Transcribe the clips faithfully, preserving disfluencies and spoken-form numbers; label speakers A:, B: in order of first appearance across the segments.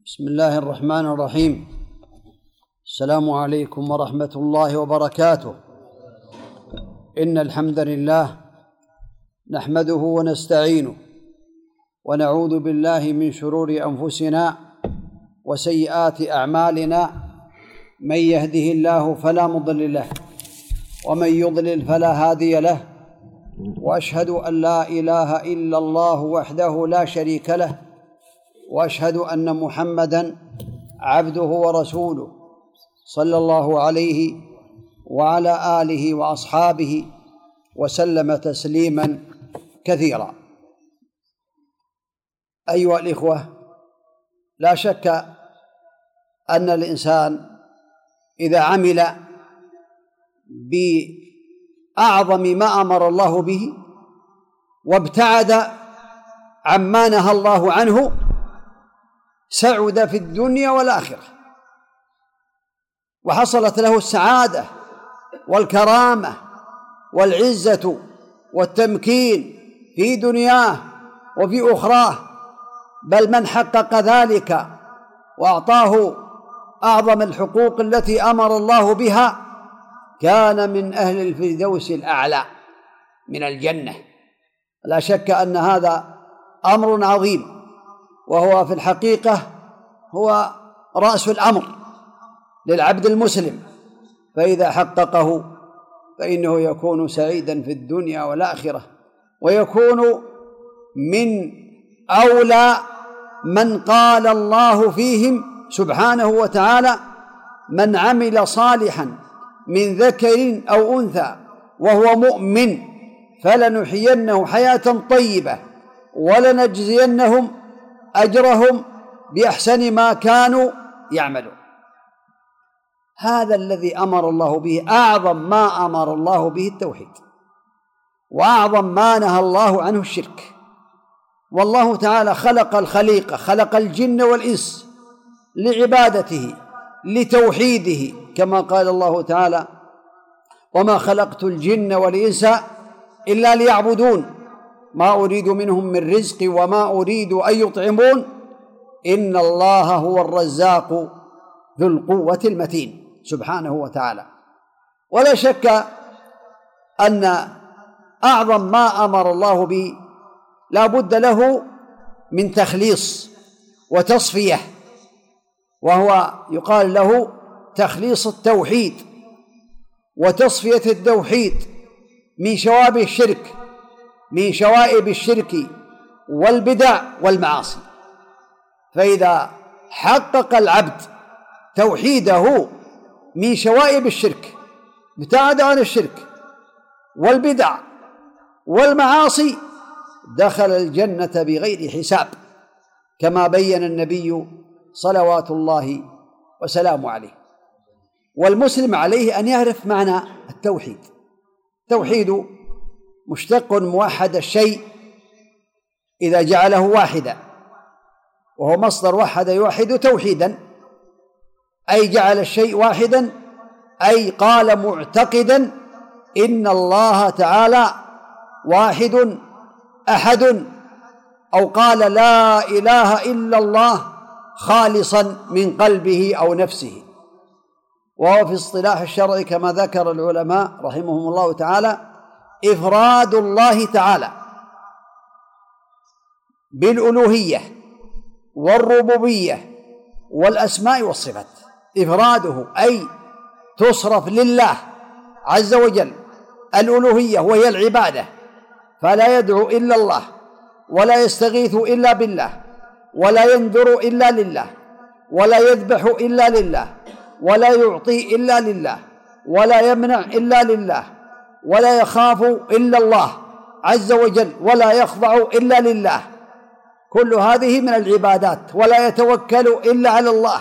A: بسم الله الرحمن الرحيم. السلام عليكم ورحمة الله وبركاته. إن الحمد لله نحمده ونستعينه ونعوذ بالله من شرور أنفسنا وسيئات أعمالنا، من يهده الله فلا مضل له ومن يضلل فلا هادي له، وأشهد أن لا إله إلا الله وحده لا شريك له، وأشهد أن محمدًا عبده ورسوله صلى الله عليه وعلى آله وأصحابه وسلم تسليمًا كثيرا. أيها الإخوة، لا شك أن الإنسان إذا عمل بأعظم ما أمر الله به وابتعد عما نهى الله عنه سعد في الدنيا والآخرة، وحصلت له السعادة والكرامة والعزة والتمكين في دنياه وفي أخراه، بل من حقق ذلك وأعطاه أعظم الحقوق التي أمر الله بها كان من أهل الفردوس الأعلى من الجنة. لا شك أن هذا أمر عظيم، وهو في الحقيقة هو رأس الأمر للعبد المسلم، فإذا حققه فإنه يكون سعيدا في الدنيا والآخرة، ويكون من أولى من قال الله فيهم سبحانه وتعالى: من عمل صالحا من ذكر أو أنثى وهو مؤمن فلنحيينه حياة طيبة ولنجزينهم أجرهم بأحسن ما كانوا يعملون. هذا الذي أمر الله به، أعظم ما أمر الله به التوحيد، وأعظم ما نهى الله عنه الشرك. والله تعالى خلق الخليقة، خلق الجن والإنس لعبادته لتوحيده، كما قال الله تعالى: وما خلقت الجن والإنس إلا ليعبدون ما أريد منهم من رزق وما أريد أن يطعمون إن الله هو الرزاق ذو القوة المتين سبحانه وتعالى. ولا شك أن أعظم ما أمر الله به لا بد له من تخليص وتصفية، وهو يقال له تخليص التوحيد وتصفية التوحيد من شوائب الشرك من شوائب الشرك والبدع والمعاصي. فإذا حقق العبد توحيده من شوائب الشرك، ابتعد عن الشرك والبدع والمعاصي، دخل الجنة بغير حساب، كما بين النبي صلوات الله وسلامه عليه. والمسلم عليه أن يعرف معنى التوحيد. التوحيد مشتق موحد الشيء إذا جعله واحدا، وهو مصدر وحد يوحد توحيدا، أي جعل الشيء واحدا، أي قال معتقدا إن الله تعالى واحد أحد، أو قال لا إله إلا الله خالصا من قلبه أو نفسه. وهو في اصطلاح الشرع كما ذكر العلماء رحمهم الله تعالى إفراد الله تعالى بالألوهية والربوبية والأسماء والصفات. إفراده أي تصرف لله عز وجل الألوهية وهي العبادة، فلا يدعو إلا الله، ولا يستغيث إلا بالله، ولا ينذر إلا لله، ولا يذبح إلا لله، ولا يعطي إلا لله، ولا يمنع إلا لله، ولا يخاف إلا الله عز وجل، ولا يخضع إلا لله. كل هذه من العبادات. ولا يتوكل إلا على الله.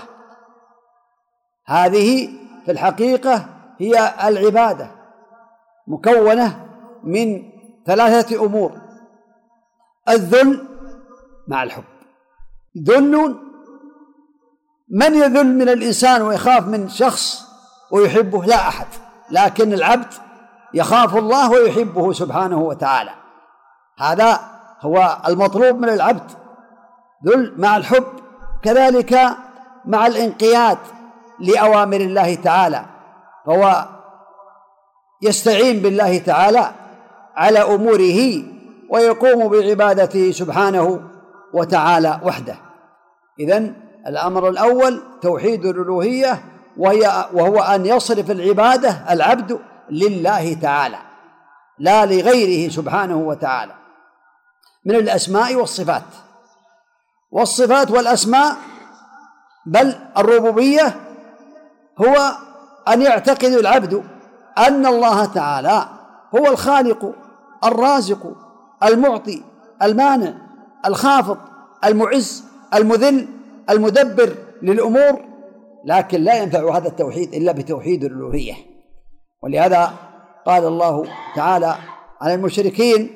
A: هذه في الحقيقة هي العبادة، مكونة من ثلاثة أمور: الذل مع الحب. ذل، من يذل من الإنسان ويخاف من شخص ويحبه؟ لا أحد، لكن العبد يخاف الله ويحبه سبحانه وتعالى. هذا هو المطلوب من العبد، ذل مع الحب. كذلك مع الانقياد لأوامر الله تعالى، فهو يستعين بالله تعالى على أموره ويقوم بعبادته سبحانه وتعالى وحده. إذن الأمر الأول توحيد الألوهية، وهي وهو أن يصرف العبادة العبد لله تعالى لا لغيره سبحانه وتعالى من الأسماء والصفات. والصفات والأسماء بل الربوبية هو أن يعتقد العبد أن الله تعالى هو الخالق الرازق المعطي المانع الخافض المعز المذل المدبر للأمور، لكن لا ينفع هذا التوحيد إلا بتوحيد الألوهية. ولهذا قال الله تعالى على المشركين: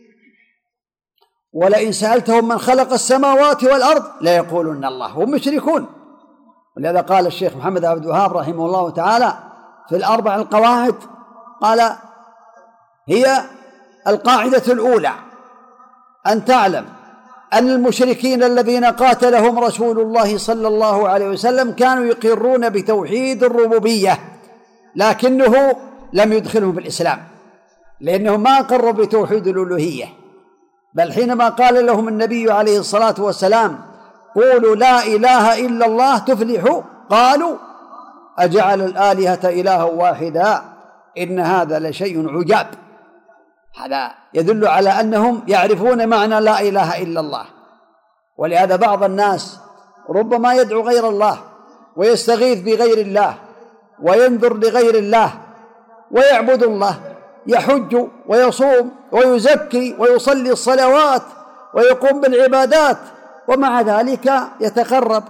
A: ولئن سألتهم من خلق السماوات والأرض ليقولن الله. هم مشركون. ولهذا قال الشيخ محمد عبد الوهاب رحمه الله تعالى في الأربع القواعد، قال: هي القاعدة الأولى أن تعلم أن المشركين الذين قاتلهم رسول الله صلى الله عليه وسلم كانوا يقرون بتوحيد الربوبية، لكنه لم يدخلهم في الإسلام، لأنهم ما أقروا بتوحيد الألوهية. بل حينما قال لهم النبي عليه الصلاة والسلام: قولوا لا إله إلا الله تفلحوا، قالوا: أجعل الآلهة إلها واحدا إن هذا لشيء عجاب. هذا يدل على أنهم يعرفون معنى لا إله إلا الله. ولهذا بعض الناس ربما يدعو غير الله ويستغيث بغير الله وينذر لغير الله ويعبد الله، يحج ويصوم ويزكي ويصلي الصلوات ويقوم بالعبادات، ومع ذلك يتقرب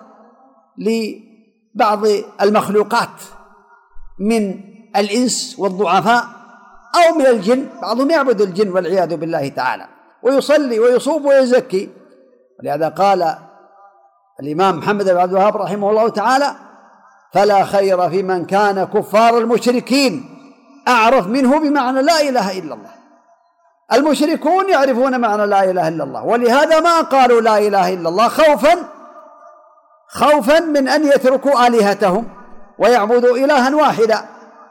A: لبعض المخلوقات من الإنس والضعفاء أو من الجن. بعضهم يعبد الجن والعياذ بالله تعالى ويصلي ويصوم ويزكي. ولهذا قال الإمام محمد بن عبد الوهاب رحمه الله تعالى: فلا خير في من كان كفار المشركين أعرف منه بمعنى لا إله إلا الله. المشركون يعرفون معنى لا إله إلا الله، ولهذا ما قالوا لا إله إلا الله خوفا خوفا من أن يتركوا آلهتهم ويعبدوا إلها واحدا.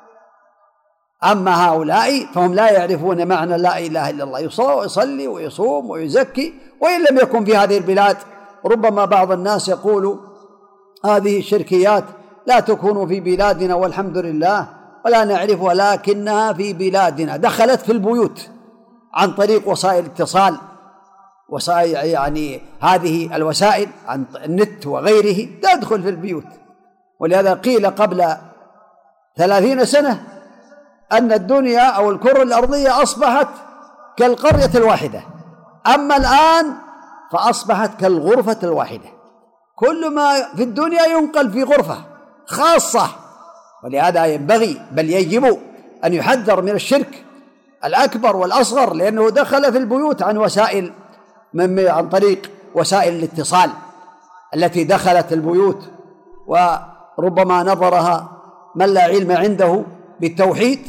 A: أما هؤلاء فهم لا يعرفون معنى لا إله إلا الله، يصلي ويصوم ويزكي، وإن لم يكن في هذه البلاد. ربما بعض الناس يقول: هذه الشركيات لا تكون في بلادنا والحمد لله ولا نعرفها، لكنها في بلادنا دخلت في البيوت عن طريق وسائل الاتصال، وسائل يعني هذه الوسائل عن النت وغيره تدخل في البيوت. ولهذا قيل قبل ثلاثين سنة أن الدنيا أو الكرة الأرضية أصبحت كالقرية الواحدة، أما الآن فأصبحت كالغرفة الواحدة. كل ما في الدنيا ينقل في غرفة خاصة. ولهذا ينبغي بل يجب أن يحذر من الشرك الأكبر والأصغر، لأنه دخل في البيوت عن وسائل من عن طريق وسائل الاتصال التي دخلت البيوت، وربما نظرها من لا علم عنده بالتوحيد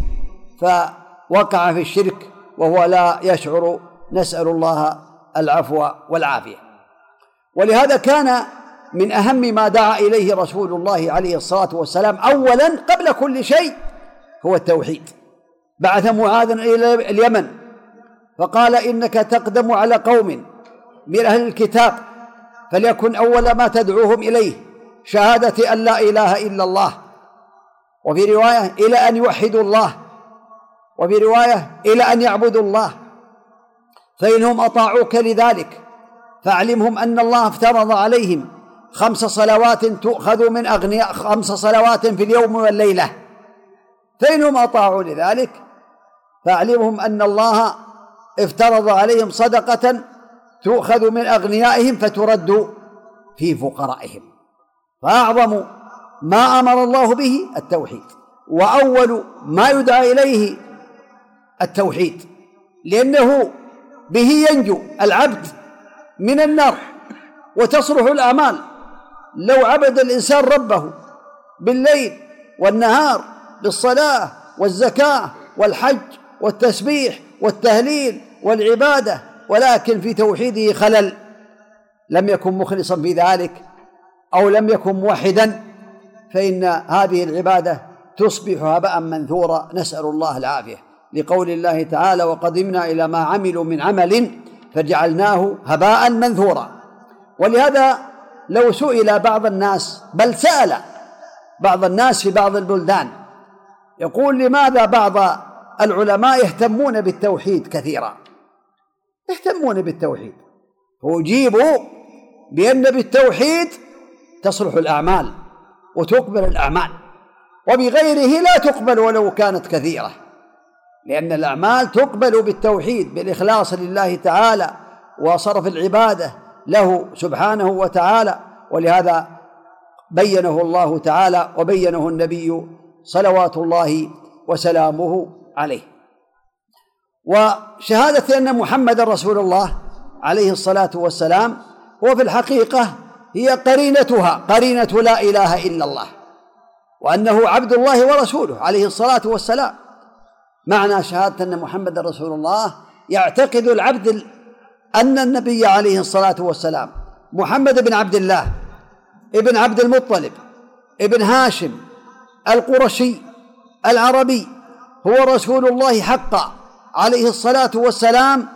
A: فوقع في الشرك وهو لا يشعر. نسأل الله العفو والعافية. ولهذا كان من أهم ما دعا إليه رسول الله عليه الصلاة والسلام أولا قبل كل شيء هو التوحيد. بعث معاذا إلى اليمن فقال: إنك تقدم على قوم من أهل الكتاب، فليكن أول ما تدعوهم إليه شهادة أن لا إله إلا الله، وفي رواية إلى أن يوحدوا الله، وفي رواية إلى أن يعبدوا الله، فإنهم أطاعوك لذلك فاعلمهم أن الله افترض عليهم خمس صلوات تؤخذ من أغنياء خمس صلوات في اليوم والليلة، فإنهم أطاعوا لذلك فاعلمهم أن الله افترض عليهم صدقة تؤخذ من أغنيائهم فترد في فقرائهم. فأعظم ما أمر الله به التوحيد، وأول ما يدعى إليه التوحيد، لأنه به ينجو العبد من النار وتصلح الأعمال. لو عبد الإنسان ربه بالليل والنهار بالصلاة والزكاة والحج والتسبيح والتهليل والعبادة، ولكن في توحيده خلل، لم يكن مخلصا في ذلك، أو لم يكن موحدا فإن هذه العبادة تصبح هباء منثورا، نسأل الله العافية، لقول الله تعالى: وقدمنا إلى ما عملوا من عمل فجعلناه هباء منثورا. ولهذا لو سئل بعض الناس، بل سأل بعض الناس في بعض البلدان، يقول: لماذا بعض العلماء يهتمون بالتوحيد كثيرا؟ يهتمون بالتوحيد، فأجيبوا بأن بالتوحيد تصلح الأعمال وتقبل الأعمال، وبغيره لا تقبل ولو كانت كثيرة، لأن الأعمال تقبل بالتوحيد، بالإخلاص لله تعالى وصرف العبادة له سبحانه وتعالى. ولهذا بينه الله تعالى وبينه النبي صلوات الله وسلامه عليه. وشهادة أن محمد رسول الله عليه الصلاة والسلام هو في الحقيقة هي قرينتها، قرينة لا إله إلا الله، وأنه عبد الله ورسوله عليه الصلاة والسلام. معنى شهادة أن محمد رسول الله يعتقد العبد أن النبي عليه الصلاة والسلام محمد بن عبد الله ابن عبد المطلب ابن هاشم القرشي العربي هو رسول الله حقا عليه الصلاة والسلام،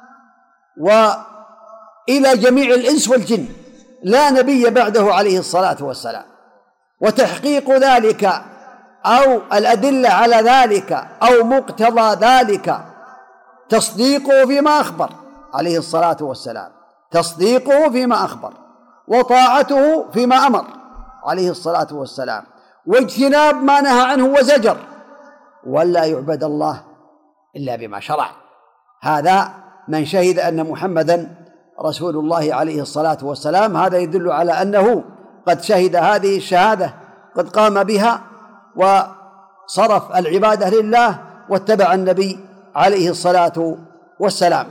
A: وإلى جميع الإنس والجن لا نبي بعده عليه الصلاة والسلام. وتحقيق ذلك أو الأدلة على ذلك أو مقتضى ذلك تصديقه فيما أخبر عليه الصلاة والسلام، تصديقه فيما أخبر، وطاعته فيما أمر عليه الصلاة والسلام، واجتناب ما نهى عنه وزجر، ولا يعبد الله إلا بما شرع. هذا من شهد أن محمدًا رسول الله عليه الصلاة والسلام. هذا يدل على أنه قد شهد هذه الشهادة، قد قام بها وصرف العبادة لله واتبع النبي عليه الصلاة والسلام.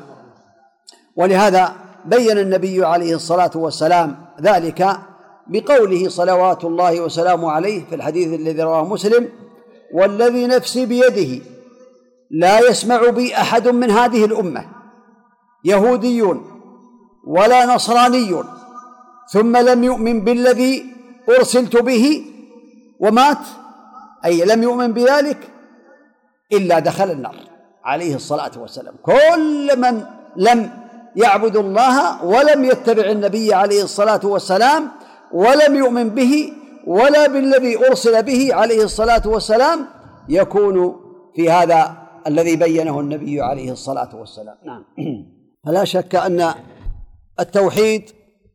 A: ولهذا بين النبي عليه الصلاة والسلام ذلك بقوله صلوات الله وسلامه عليه في الحديث الذي رواه مسلم: والذي نفسي بيده لا يسمع بي أحد من هذه الأمة يهودي ولا نصراني ثم لم يؤمن بالذي أرسلت به ومات، أي لم يؤمن بذلك، إلا دخل النار عليه الصلاة والسلام. كل من لم يعبد الله ولم يتبع النبي عليه الصلاة والسلام ولم يؤمن به ولا بالذي أرسل به عليه الصلاة والسلام يكون في هذا الذي بينه النبي عليه الصلاة والسلام. نعم. فلا شك أن التوحيد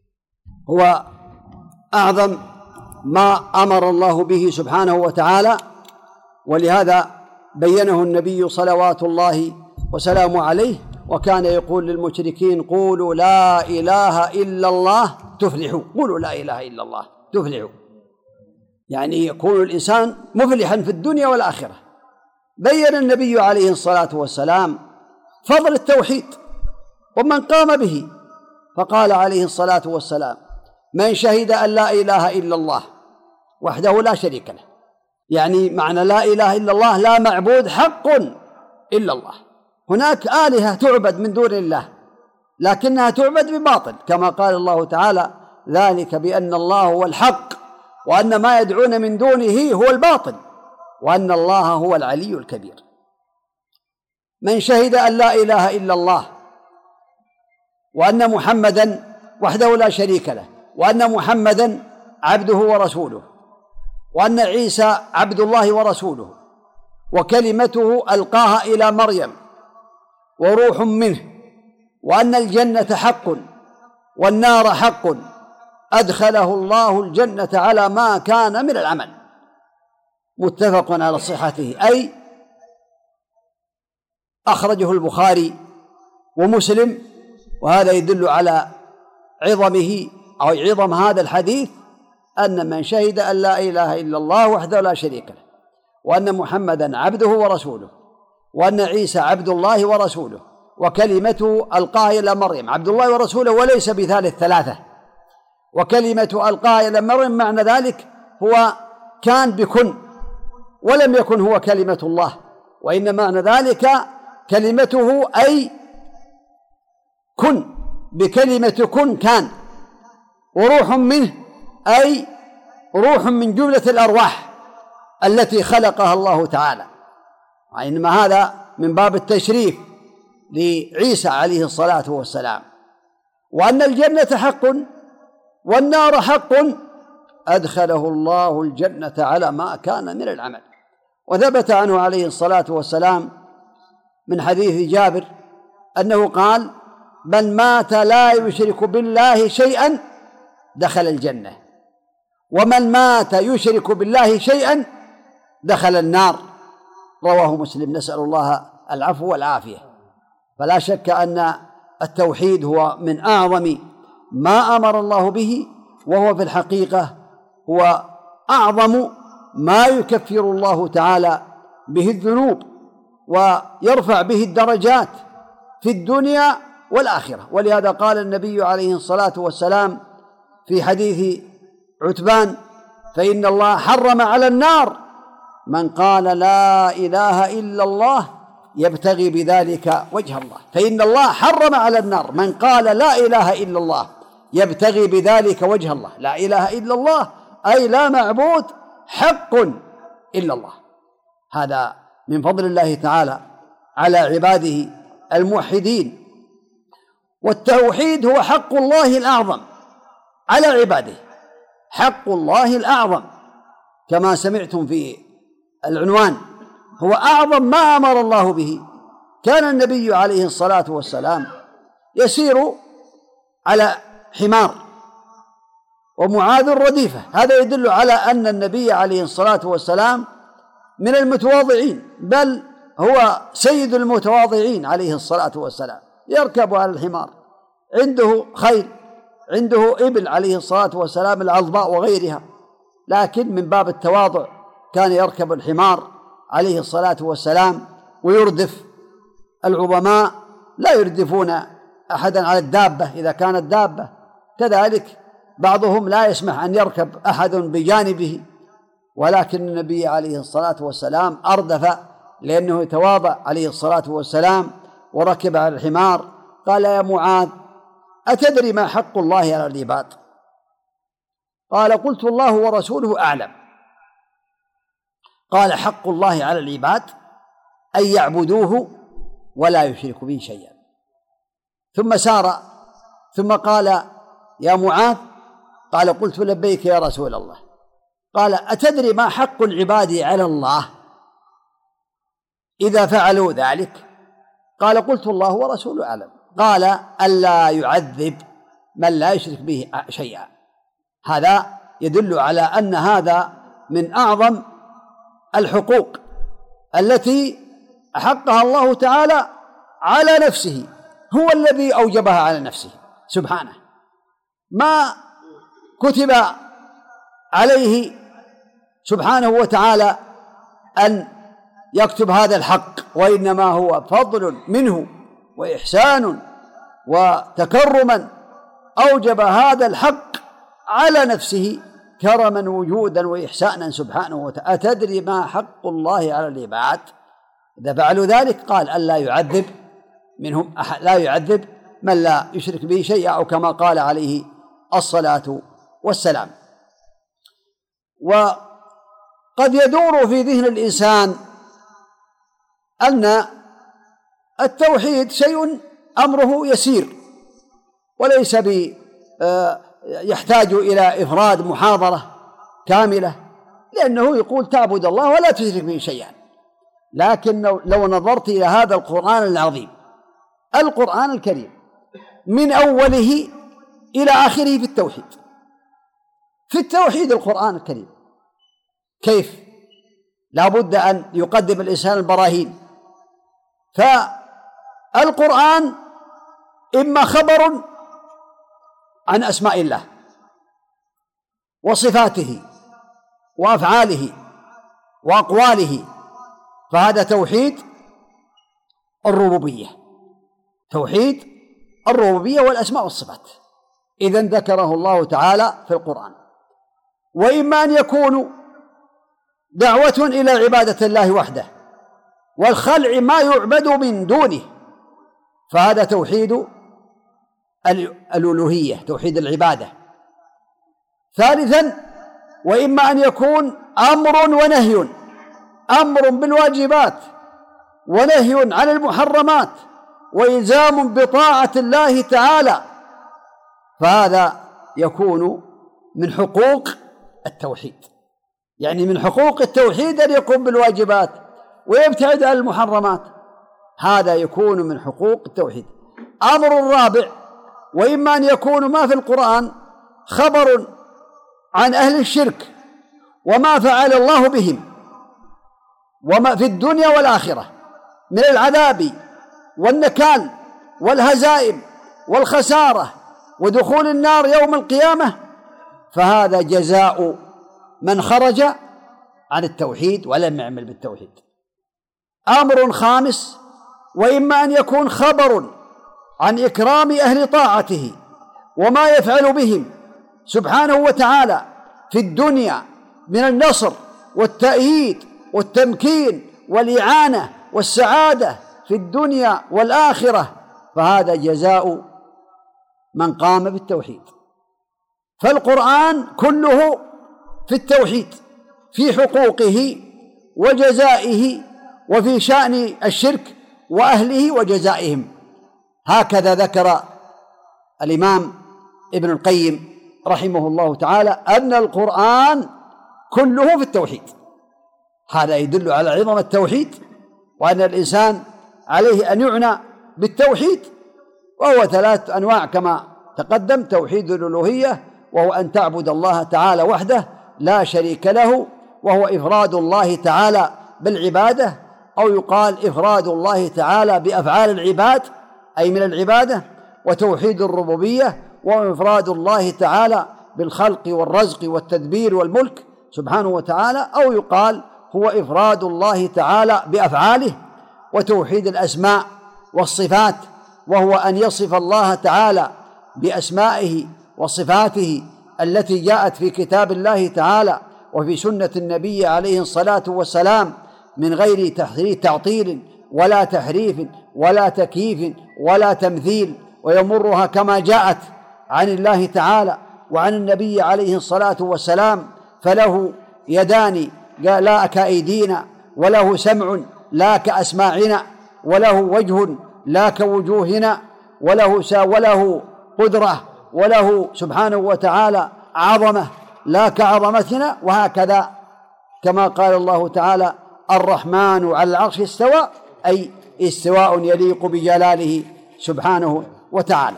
A: هو أعظم ما أمر الله به سبحانه وتعالى، ولهذا بينه النبي صلوات الله وسلامه عليه، وكان يقول للمشركين: قولوا لا إله إلا الله تفلحوا، قولوا لا إله إلا الله تفلحوا، يعني يكون الإنسان مفلحا في الدنيا والآخرة. بين النبي عليه الصلاة والسلام فضل التوحيد ومن قام به، فقال عليه الصلاة والسلام: من شهد أن لا إله إلا الله وحده لا شريك له، يعني معنى لا إله إلا الله لا معبود حق إلا الله. هناك آلهة تعبد من دون الله لكنها تعبد بباطل، كما قال الله تعالى: ذلك بأن الله هو الحق وأن ما يدعون من دونه هو الباطل وأن الله هو العلي الكبير. من شهد أن لا إله إلا الله وأن محمدًا وحده لا شريك له، وأن محمدًا عبده ورسوله، وأن عيسى عبد الله ورسوله وكلمته ألقاها إلى مريم وروح منه، وأن الجنة حق والنار حق أدخله الله الجنة على ما كان من العمل، متفق على صحته، أي أخرجه البخاري ومسلم. وهذا يدل على عظمه أو عظم هذا الحديث، أن من شهد أن لا إله إلا الله وحده لا شريك له، وأن محمدًا عبده ورسوله، وأن عيسى عبد الله ورسوله وكلمته ألقاها إلى مريم، عبد الله ورسوله وليس بثالث ثلاثة، وكلمة ألقاها إلى مريم معنى ذلك هو كان بكن ولم يكن هو كلمة الله، وإن معنى ذلك كلمته أي كن، بكلمة كن كان، وروح منه أي روح من جملة الأرواح التي خلقها الله تعالى، وإنما هذا من باب التشريف لعيسى عليه الصلاة والسلام. وأن الجنة حق والنار حق أدخله الله الجنة على ما كان من العمل. وثبت عنه عليه الصلاة والسلام من حديث جابر أنه قال: من مات لا يشرك بالله شيئا دخل الجنة، ومن مات يشرك بالله شيئا دخل النار. رواه مسلم. نسأل الله العفو والعافية. فلا شك أن التوحيد هو من أعظم ما أمر الله به، وهو في الحقيقة هو أعظم ما يكفر الله تعالى به الذنوب ويرفع به الدرجات في الدنيا والآخرة. ولهذا قال النبي عليه الصلاة والسلام في حديث عتبان: فإن الله حرم على النار من قال لا إله إلا الله يبتغي بذلك وجه الله. فإن الله حرم على النار من قال لا إله إلا الله يبتغي بذلك وجه الله. لا إله إلا الله أي لا معبود حق إلا الله. هذا من فضل الله تعالى على عباده الموحدين. والتوحيد هو حق الله الأعظم على عباده، حق الله الأعظم كما سمعتم في العنوان، هو أعظم ما أمر الله به. كان النبي عليه الصلاة والسلام يسير على حمار ومعاذ رديفة، هذا يدل على أن النبي عليه الصلاة والسلام من المتواضعين، بل هو سيد المتواضعين عليه الصلاة والسلام، يركب على الحمار، عنده خيل، عنده إبل عليه الصلاة والسلام العظباء وغيرها، لكن من باب التواضع كان يركب الحمار عليه الصلاة والسلام ويردف. العظماء لا يردفون أحدا على الدابة إذا كانت دابة، كذلك بعضهم لا يسمح أن يركب أحد بجانبه، ولكن النبي عليه الصلاة والسلام أردف لأنه يتواضع عليه الصلاة والسلام وركب على الحمار. قال: يا معاذ أتدري ما حق الله على العباد؟ قال: قلت الله ورسوله أعلم. قال: حق الله على العباد أن يعبدوه ولا يشركوا به شيئا. ثم سار ثم قال: يا معاذ. قال: قلت لبيك يا رسول الله. قال: أتدري ما حق العباد على الله إذا فعلوا ذلك؟ قال: قلت الله ورسوله أعلم. قال: ألا يعذب من لا يشرك به شيئا. هذا يدل على أن هذا من أعظم الحقوق التي أحقها الله تعالى على نفسه، هو الذي أوجبها على نفسه سبحانه، ما كتب عليه سبحانه وتعالى أن يكتب هذا الحق، وإنما هو فضل منه وإحسان وتكرما أوجب هذا الحق على نفسه كرما وجودا وإحسانا سبحانه وتعالى. أتدري ما حق الله على العباد إذا فعلوا ذلك؟ قال: ألا يعذب منهم أحد، لا يعذب من لا يشرك به شيئا، أو كما قال عليه الصلاة والسلام. وقد يدور في ذهن الإنسان أن التوحيد شيء أمره يسير وليس بي يحتاج إلى إفراد محاضرة كاملة، لأنه يقول تعبد الله ولا تشرك به شيئا. لكن لو نظرت إلى هذا القرآن العظيم، القرآن الكريم من أوله إلى آخره في التوحيد، في التوحيد القرآن الكريم كيف لا بد أن يقدم الإنسان البراهين. فالقرآن إما خبر عن أسماء الله وصفاته وأفعاله وأقواله، فهذا توحيد الربوبية، توحيد الربوبية والأسماء والصفات، إذن ذكره الله تعالى في القرآن. وإما أن يكون دعوة إلى عبادة الله وحده والخلع ما يعبد من دونه، فهذا توحيد الألوهية، توحيد العبادة. ثالثا وإما أن يكون أمر ونهي، أمر بالواجبات ونهي عن المحرمات وإلزام بطاعة الله تعالى، فهذا يكون من حقوق التوحيد. يعني من حقوق التوحيد أن يقوم بالواجبات ويبتعد عن المحرمات، هذا يكون من حقوق التوحيد. أمر الرابع وإما أن يكون ما في القرآن خبر عن أهل الشرك وما فعل الله بهم وما في الدنيا والآخرة من العذاب والنكال والهزائم والخسارة ودخول النار يوم القيامة، فهذا جزاء من خرج عن التوحيد ولم يعمل بالتوحيد. أمر خامس وإما أن يكون خبر عن إكرام أهل طاعته وما يفعل بهم سبحانه وتعالى في الدنيا من النصر والتأييد والتمكين والإعانة والسعادة في الدنيا والآخرة، فهذا جزاء من قام بالتوحيد. فالقرآن كله في التوحيد، في حقوقه وجزائه وفي شأن الشرك وأهله وجزائهم. هكذا ذكر الإمام ابن القيم رحمه الله تعالى أن القرآن كله في التوحيد. هذا يدل على عظم التوحيد وأن الإنسان عليه أن يعنى بالتوحيد، وهو ثلاث أنواع كما تقدم: توحيد الألوهية وهو أن تعبد الله تعالى وحده لا شريك له، وهو إفراد الله تعالى بالعبادة، أو يقال إفراد الله تعالى بأفعال العباد أي من العبادة. وتوحيد الربوبية وهو إفراد الله تعالى بالخلق والرزق والتدبير والملك سبحانه وتعالى، أو يقال هو إفراد الله تعالى بأفعاله. وتوحيد الأسماء والصفات وهو أن يصف الله تعالى بأسمائه وصفاته التي جاءت في كتاب الله تعالى وفي سنة النبي عليه الصلاة والسلام من غير تعطيل ولا تحريف ولا تكييف ولا تمثيل، ويمرها كما جاءت عن الله تعالى وعن النبي عليه الصلاة والسلام. فله يدان لا كأيدينا، وله سمع لا كأسماعنا، وله وجه لا كوجوهنا، وله سا وله قدرة، وله سبحانه وتعالى عظمة لا كعظمتنا. وهكذا كما قال الله تعالى: الرحمن على العرش استوى، أي استواء يليق بجلاله سبحانه وتعالى.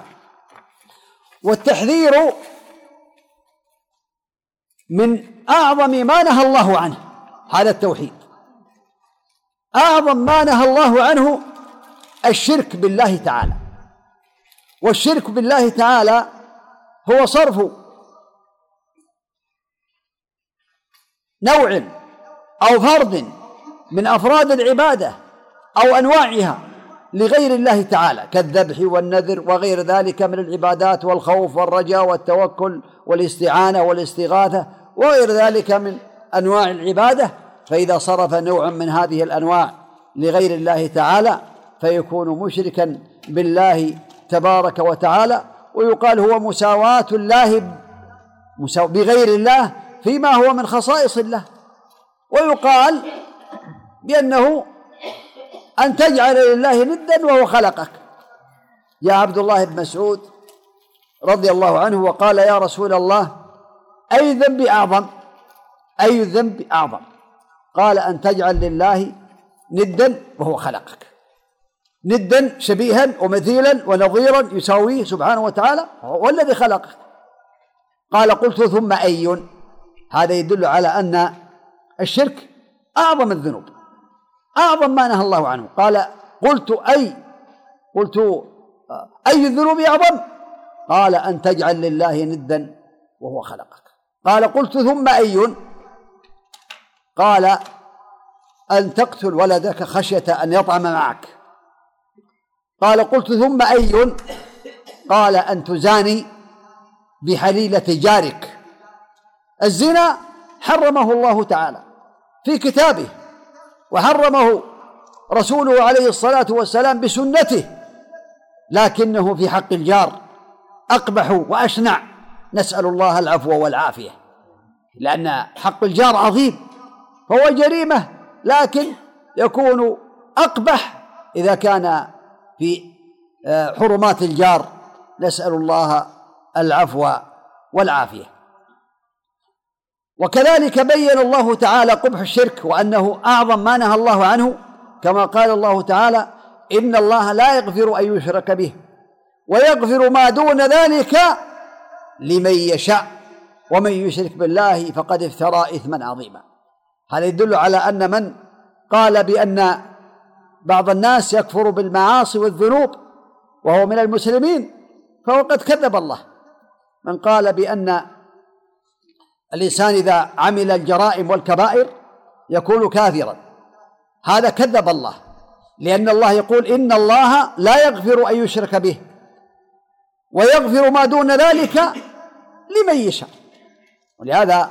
A: والتحذير من أعظم ما نهى الله عنه، هذا التوحيد. أعظم ما نهى الله عنه الشرك بالله تعالى. والشرك بالله تعالى هو صرف نوع أو فرد من أفراد العبادة أو أنواعها لغير الله تعالى، كالذبح والنذر وغير ذلك من العبادات، والخوف والرجاء والتوكل والاستعانة والاستغاثة وغير ذلك من أنواع العبادة. فإذا صرف نوعا من هذه الأنواع لغير الله تعالى فيكون مشركا بالله تبارك وتعالى، ويقال هو مساواة الله بغير الله فيما هو من خصائص الله. ويقال بأنه أن تجعل لله ندا وهو خلقك. يا عبد الله بن مسعود رضي الله عنه وقال: يا رسول الله، أي ذنب أعظم؟ أي الذنب أعظم؟ قال: أن تجعل لله ندا وهو خلقك. ندا شبيها ومثيلا ونظيرا يساويه سبحانه وتعالى، هو الذي خلقك. قال: قلت ثم أي؟ هذا يدل على أن الشرك أعظم الذنوب، أعظم ما نهى الله عنه. قال: قلت أي قلت أي الذنوب أعظم؟ قال: أن تجعل لله ندا وهو خلقك. قال: قلت ثم أي؟ قال: أن تقتل ولدك خشية أن يطعم معك. قال: قلت ثم أي؟ قال: أن تزاني بحليلة جارك. الزنا حرمه الله تعالى في كتابه، وحرمه رسوله عليه الصلاة والسلام بسنته، لكنه في حق الجار أقبح وأشنع نسأل الله العفو والعافية، لأن حق الجار عظيم، فهو جريمة لكن يكون أقبح إذا كان في حرمات الجار. نسأل الله العفو والعافية. وكذلك بين الله تعالى قبح الشرك وأنه أعظم ما نهى الله عنه، كما قال الله تعالى: إن الله لا يغفر أن يشرك به ويغفر ما دون ذلك لمن يشاء ومن يشرك بالله فقد افترى إثما عظيما. هذا يدل على أن من قال بأن بعض الناس يكفر بالمعاصي والذنوب وهو من المسلمين فهو قد كذب الله. من قال بأن الإنسان إذا عمل الجرائم والكبائر يكون كافرا، هذا كذب الله، لأن الله يقول: إن الله لا يغفر أن يشرك به ويغفر ما دون ذلك لمن يشاء. ولهذا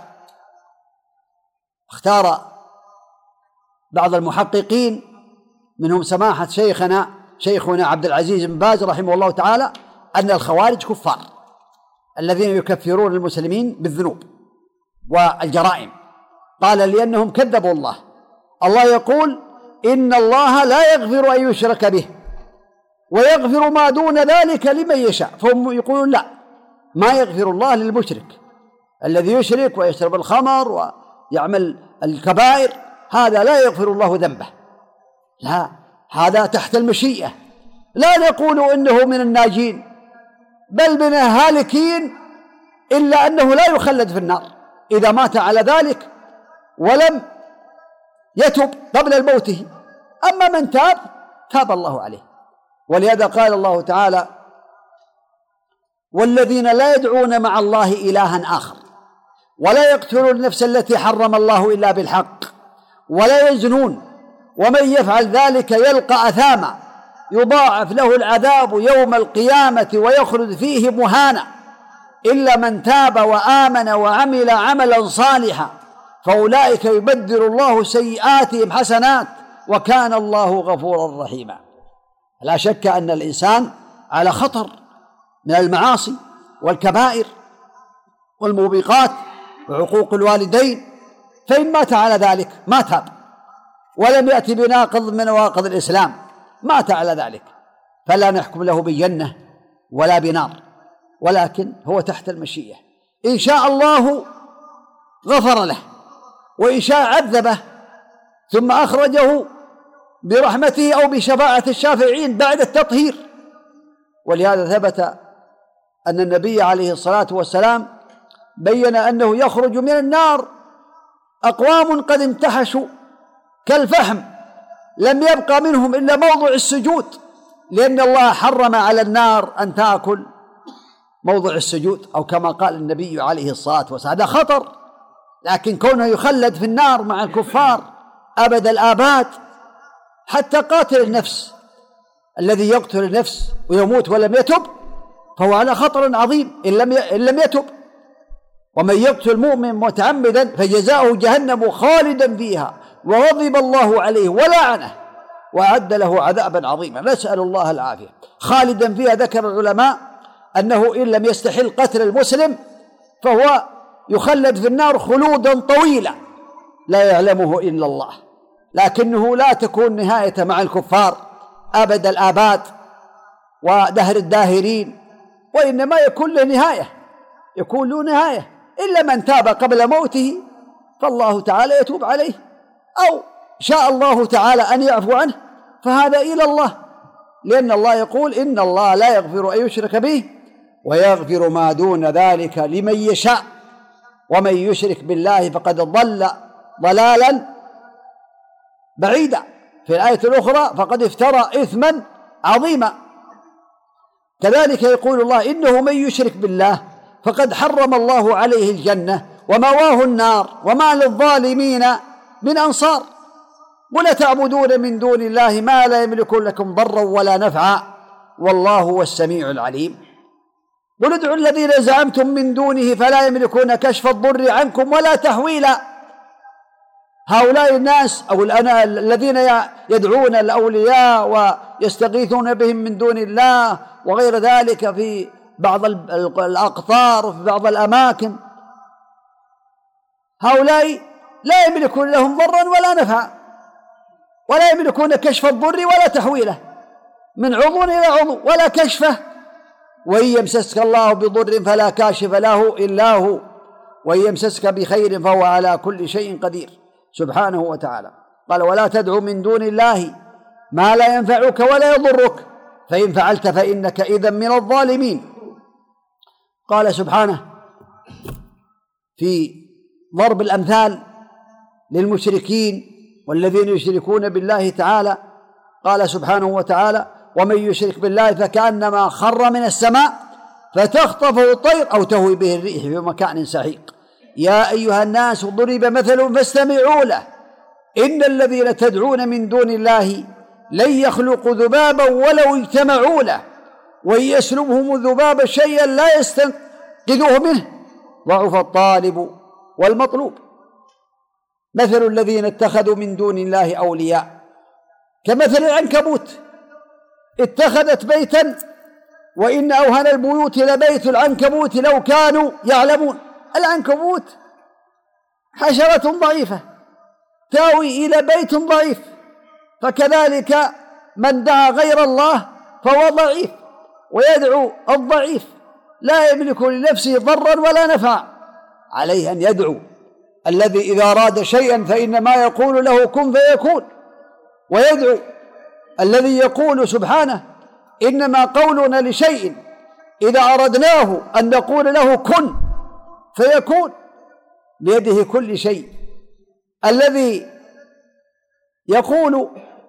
A: اختار بعض المحققين منهم سماحة شيخنا شيخنا عبد العزيز بن باز رحمه الله تعالى أن الخوارج كفار الذين يكفرون المسلمين بالذنوب والجرائم، قال: لأنهم كذبوا الله. الله يقول: إن الله لا يغفر أن يشرك به ويغفر ما دون ذلك لمن يشاء. فهم يقولون: لا، ما يغفر الله للمشرك الذي يشرك ويشرب الخمر ويعمل الكبائر، هذا لا يغفر الله ذنبه، لا، هذا تحت المشيئة. لا نقول إنه من الناجين بل من الهالكين، إلا أنه لا يخلد في النار إذا مات على ذلك ولم يتب قبل موته. أما من تاب تاب الله عليه. ولهذا قال الله تعالى: والذين لا يدعون مع الله إلها آخر ولا يقتلون النفس التي حرم الله إلا بالحق ولا يزنون ومن يفعل ذلك يلقى أثاما يضاعف له العذاب يوم القيامة ويخلد فيه مهانا إلا من تاب وآمن وعمل عملا صالحا فأولئك يبدل الله سيئاتهم حسنات وكان الله غفورا رحيما. لا شك أن الإنسان على خطر من المعاصي والكبائر والموبقات وعقوق الوالدين، فإن مات على ذلك ما تاب ولم يأتي بناقض من نواقض الإسلام، مات على ذلك، فلا نحكم له بالجنة ولا بنار، ولكن هو تحت المشيئة. إن شاء الله غفر له، وإن شاء عذبه ثم أخرجه برحمته أو بشفاعة الشافعين بعد التطهير. ولهذا ثبت أن النبي عليه الصلاة والسلام بين أنه يخرج من النار أقوام قد انتحشوا كالفحم لم يبقى منهم إلا موضع السجود، لأن الله حرم على النار أن تأكل موضع السجود، أو كما قال النبي عليه الصلاة والسلام. هذا خطر، لكن كونه يخلد في النار مع الكفار أبد الآباد حتى قاتل النفس الذي يقتل النفس ويموت ولم يتب فهو على خطر عظيم إن لم إن لم يتب. ومن يقتل مؤمن متعمدا فجزاؤه جهنم خالدا فيها وغضب الله عليه ولعنه وأعد له عذابا عظيما. نسأل الله العافية. خالدا فيها ذكر العلماء أنه إن لم يستحل قتل المسلم فهو يخلد في النار خلودا طويلا لا يعلمه إلا الله، لكنه لا تكون نهاية مع الكفار أبد الآباد ودهر الداهرين، وإنما يكون له نهاية، يكون له نهاية إلا من تاب قبل موته فالله تعالى يتوب عليه، أو شاء الله تعالى أن يعفو عنه فهذا إلى الله، لأن الله يقول: إن الله لا يغفر أن يشرك به ويغفر ما دون ذلك لمن يشاء ومن يشرك بالله فقد ضل ضلالا بعيدا. في الآية الأخرى: فقد افترى إثما عظيما. كذلك يقول الله: إنه من يشرك بالله فقد حرم الله عليه الجنة ومأواه النار وما للظالمين من أنصار ولا تعبدون من دون الله ما لا يملك لكم ضرا ولا نفعا والله هو السميع العليم. قل ادعوا الذين زعمتم من دونه فلا يملكون كشف الضر عنكم ولا تحويلا. هؤلاء الناس أو الذين يدعون الأولياء ويستغيثون بهم من دون الله وغير ذلك في بعض الأقطار وفي بعض الأماكن، هؤلاء لا يملكون لهم ضرا ولا نفعا، ولا يملكون كشف الضر ولا تحويله من عضو إلى عضو ولا كشفه. وإن يمسسك الله بضر فلا كاشف له إلا هو، وإن يمسسك بخير فهو على كل شيء قدير سبحانه وتعالى. قال: ولا تدع من دون الله ما لا ينفعك ولا يضرك، فإن فعلت فإنك إذا من الظالمين. قال سبحانه في ضرب الأمثال للمشركين والذين يشركون بالله تعالى، قال سبحانه وتعالى: ومن يشرك بالله فكأنما خر من السماء فتخطفه الطير أو تهوي به الريح في مكان سحيق. يا أيها الناس ضرب مثل فاستمعوا له إن الذين تدعون من دون الله لن يخلقوا ذبابا ولو اجتمعوا له وإن يسلبهم الذباب شيئا لا يستنقذوه منه ضعف الطالب والمطلوب. مثل الذين اتخذوا من دون الله أولياء كمثل العنكبوت اتخذت بيتا وإن أوهن البيوت لبيت العنكبوت لو كانوا يعلمون. العنكبوت حشرة ضعيفة تاوي إلى بيت ضعيف، فكذلك من دعا غير الله فهو ضعيف ويدعو الضعيف لا يملك لنفسه ضرا ولا نفعا. عليه أن يدعو الذي إذا أراد شيئا فإنما يقول له كن فيكون، ويدعو الذي يقول سبحانه إنما قولنا لشيء إذا أردناه أن نقول له كن فيكون، بيده كل شيء. الذي يقول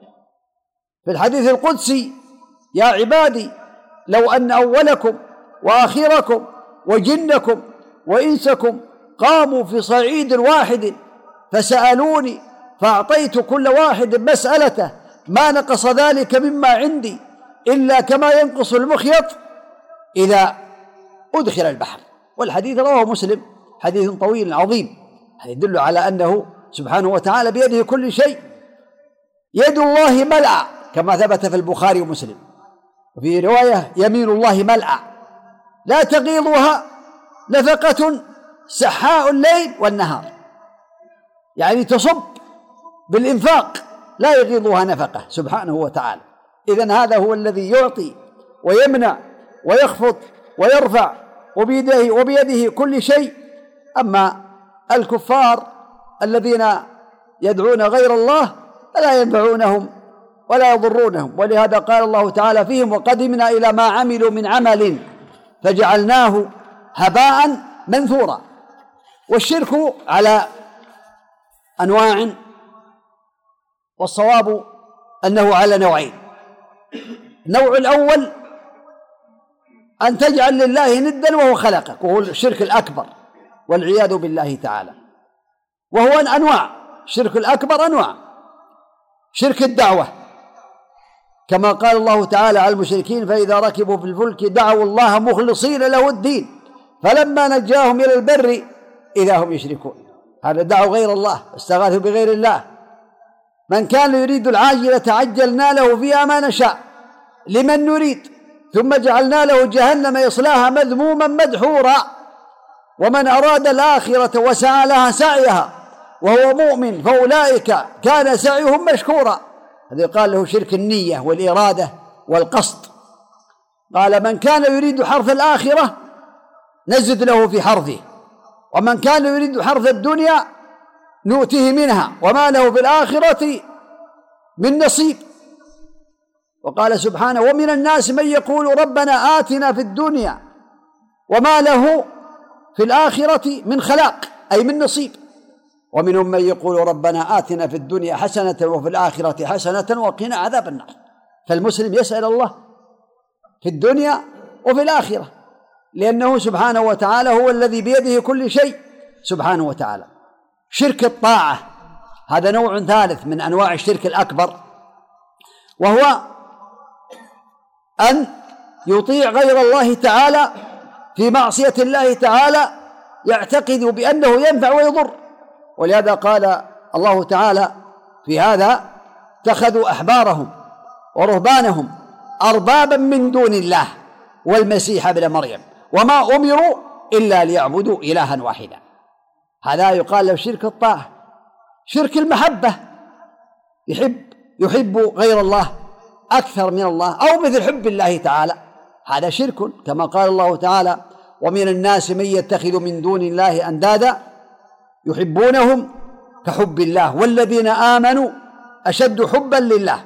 A: في الحديث القدسي: يا عبادي لو أن أولكم وآخركم وجنكم وإنسكم قاموا في صعيد واحد فسألوني فأعطيت كل واحد مسألته ما نقص ذلك مما عندي إلا كما ينقص المخيط إذا أدخل البحر. والحديث رواه مسلم، حديث طويل عظيم، يدل على أنه سبحانه وتعالى بيده كل شيء. يد الله ملأى كما ثبت في البخاري ومسلم، وفي رواية يمين الله ملأى لا تغيضها نفقة سحاء الليل والنهار، يعني تصب بالإنفاق لا يغيضها نفقة سبحانه وتعالى. إذن هذا هو الذي يعطي ويمنع ويخفض ويرفع وبيده, وبيده كل شيء. أما الكفار الذين يدعون غير الله فلا ينفعونهم ولا يضرونهم، ولهذا قال الله تعالى فيهم: وقدمنا إلى ما عملوا من عمل فجعلناه هباء منثورا. والشرك على أنواع، والصواب أنه على نوعين. النوع الأول أن تجعل لله ندا وهو خلقك، وهو الشرك الأكبر والعياذ بالله تعالى. وهو أنواع، الشرك الأكبر أنواع: شرك الدعوة كما قال الله تعالى على المشركين: فإذا ركبوا في الفلك دعوا الله مخلصين له الدين فلما نجاهم إلى البر إذا هم يشركون. هذا دعوا غير الله، استغاثوا بغير الله. من كان يريد العاجلة عجلنا له فيها ما نشاء لمن نريد ثم جعلنا له جهنم يصلاها مذموما مدحورا. ومن أراد الآخرة وسعى لها سعيها وهو مؤمن فأولئك كان سعيهم مشكورا. هذا قال له شرك النية والإرادة والقصد. قال: من كان يريد حرث الآخرة نزد له في حرثه، ومن كان يريد حرث الدنيا نؤته منها وما له في الآخرة من نصيب. وقال سبحانه: ومن الناس من يقول ربنا آتنا في الدنيا وما له في الآخرة من خلاق، أي من نصيب. ومنهم من يقول ربنا آتنا في الدنيا حسنة وفي الآخرة حسنة وقنا عذاب النار. فالمسلم يسأل الله في الدنيا وفي الآخرة، لأنه سبحانه وتعالى هو الذي بيده كل شيء سبحانه وتعالى. شرك الطاعة هذا نوع ثالث من أنواع الشرك الأكبر، وهو أن يطيع غير الله تعالى في معصية الله تعالى يعتقد بأنه ينفع ويضر. ولهذا قال الله تعالى في هذا: اتخذوا أحبارهم ورهبانهم أربابا من دون الله والمسيح ابن مريم وما أمروا إلا ليعبدوا إلها واحدا. هذا يقال له شرك الطاعة، شرك المحبة، يحب يحب غير الله أكثر من الله أو مثل حب الله تعالى، هذا شرك، كما قال الله تعالى: ومن الناس من يتخذ من دون الله أندادا يحبونهم كحب الله والذين آمنوا أشد حبا لله.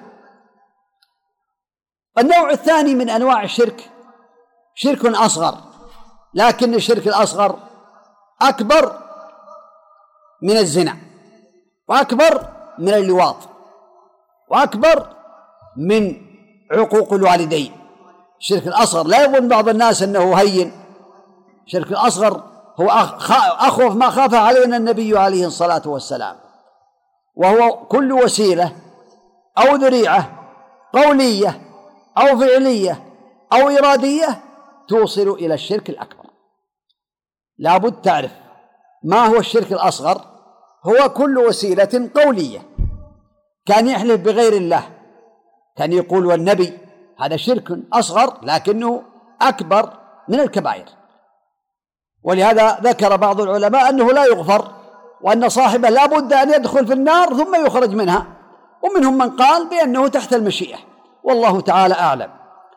A: النوع الثاني من أنواع الشرك شرك أصغر، لكن الشرك الأصغر أكبر من الزنا، وأكبر من اللواط، وأكبر من عقوق الوالدين. الشرك الأصغر لا يظن بعض الناس أنه هين، الشرك الأصغر هو أخوف ما خاف علينا النبي عليه الصلاة والسلام، وهو كل وسيلة أو ذريعة قولية أو فعلية أو إرادية توصل إلى الشرك الأكبر. لابد تعرف ما هو الشرك الأصغر. هو كل وسيلة قولية، كان يحلف بغير الله، كان يقول والنبي، هذا شرك أصغر لكنه أكبر من الكبائر. ولهذا ذكر بعض العلماء أنه لا يغفر، وأن صاحبه لا بد أن يدخل في النار ثم يخرج منها، ومنهم من قال بأنه تحت المشيئة، والله تعالى أعلم.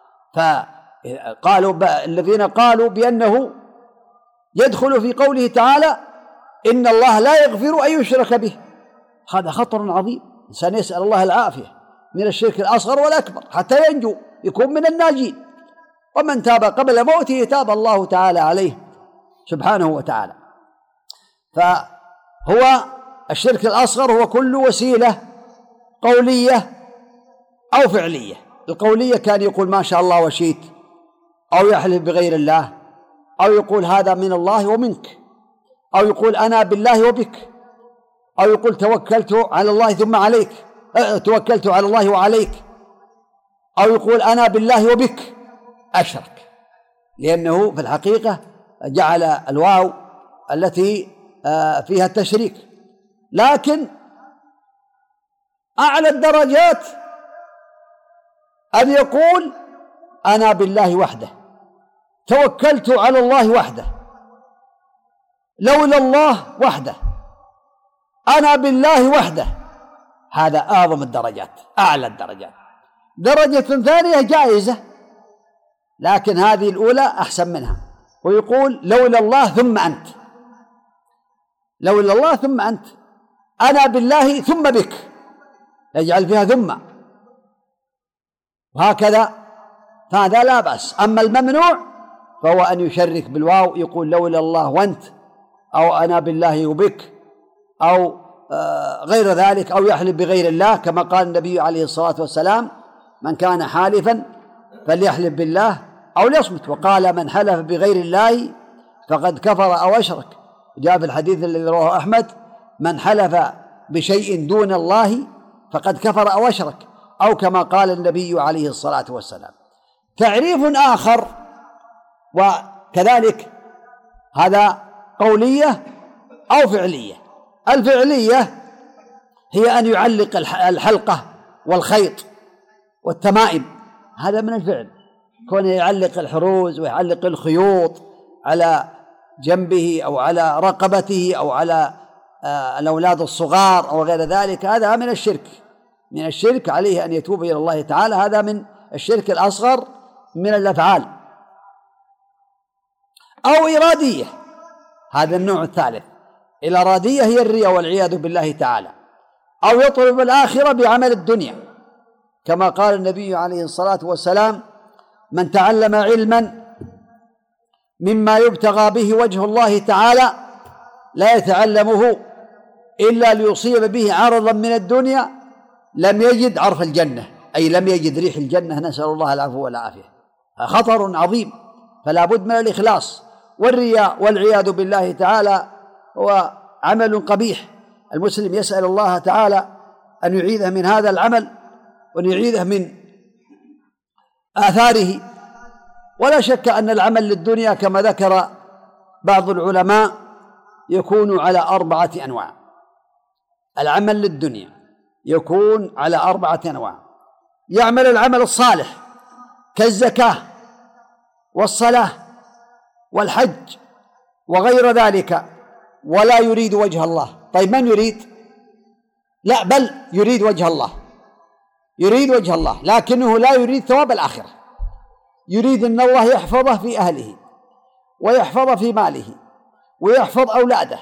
A: فقالوا الذين قالوا بأنه يدخل في قوله تعالى: إن الله لا يغفر أن يشرك به، هذا خطر عظيم. الإنسان يسأل الله العافية من الشرك الأصغر والأكبر حتى ينجو، يكون من الناجين. ومن تاب قبل موته تاب الله تعالى عليه سبحانه وتعالى. فهو الشرك الأصغر هو كل وسيلة قولية أو فعلية. القولية كان يقول ما شاء الله وشئت، أو يحلف بغير الله، أو يقول هذا من الله ومنك، أو يقول أنا بالله وبك، أو يقول توكلت على الله ثم عليك، أه توكلت على الله وعليك، أو يقول أنا بالله وبك، أشرك، لأنه في الحقيقة جعل الواو التي فيها التشريك. لكن أعلى الدرجات أن يقول أنا بالله وحده، توكلت على الله وحده، لولا الله وحده، أنا بالله وحده. هذا أعظم الدرجات، أعلى الدرجات. درجة ثانية جائزة، لكن هذه الأولى أحسن منها، ويقول لولا الله ثم أنت، لولا الله ثم أنت، أنا بالله ثم بك، يجعل فيها ثم، وهكذا، فهذا لا بأس. أما الممنوع فهو أن يشرك بالواو، يقول لولا الله وأنت، أو أنا بالله وبك، أو غير ذلك، أو يحلف بغير الله، كما قال النبي عليه الصلاة والسلام: من كان حالفا فليحلف بالله أو ليصمت، وقال: من حلف بغير الله فقد كفر أو أشرك. جاء في الحديث الذي رواه أحمد: من حلف بشيء دون الله فقد كفر أو أشرك، أو كما قال النبي عليه الصلاة والسلام. تعريف آخر وكذلك هذا قولية أو فعلية. الفعلية هي أن يعلق الحلقة والخيط والتمائم، هذا من الفعل، كونه يعلق الحروز ويعلق الخيوط على جنبه أو على رقبته أو على الأولاد الصغار أو غير ذلك، هذا من الشرك، من الشرك، عليه أن يتوب إلى الله تعالى. هذا من الشرك الأصغر من الأفعال. أو إرادية، هذا النوع الثالث. الإرادية هي الرياء والعياذ بالله تعالى. أو يطلب الآخرة بعمل الدنيا، كما قال النبي عليه الصلاة والسلام: من تعلم علما مما يبتغى به وجه الله تعالى لا يتعلمه إلا ليصيب به عرضا من الدنيا لم يجد عرف الجنة، أي لم يجد ريح الجنة، نسأل الله العفو والعافية. خطر عظيم، فلا بد من الإخلاص. والرياء والعياذ بالله تعالى هو عمل قبيح، المسلم يسأل الله تعالى أن يعيذه من هذا العمل وأن يعيذه من آثاره. ولا شك أن العمل للدنيا كما ذكر بعض العلماء يكون على أربعة أنواع. العمل للدنيا يكون على أربعة أنواع. يعمل العمل الصالح كالزكاة والصلاة والحج وغير ذلك ولا يريد وجه الله. طيب من يريد؟ لا، بل يريد وجه الله، يريد وجه الله، لكنه لا يريد ثواب الآخرة، يريد أن الله يحفظه في أهله ويحفظه في ماله ويحفظ أولاده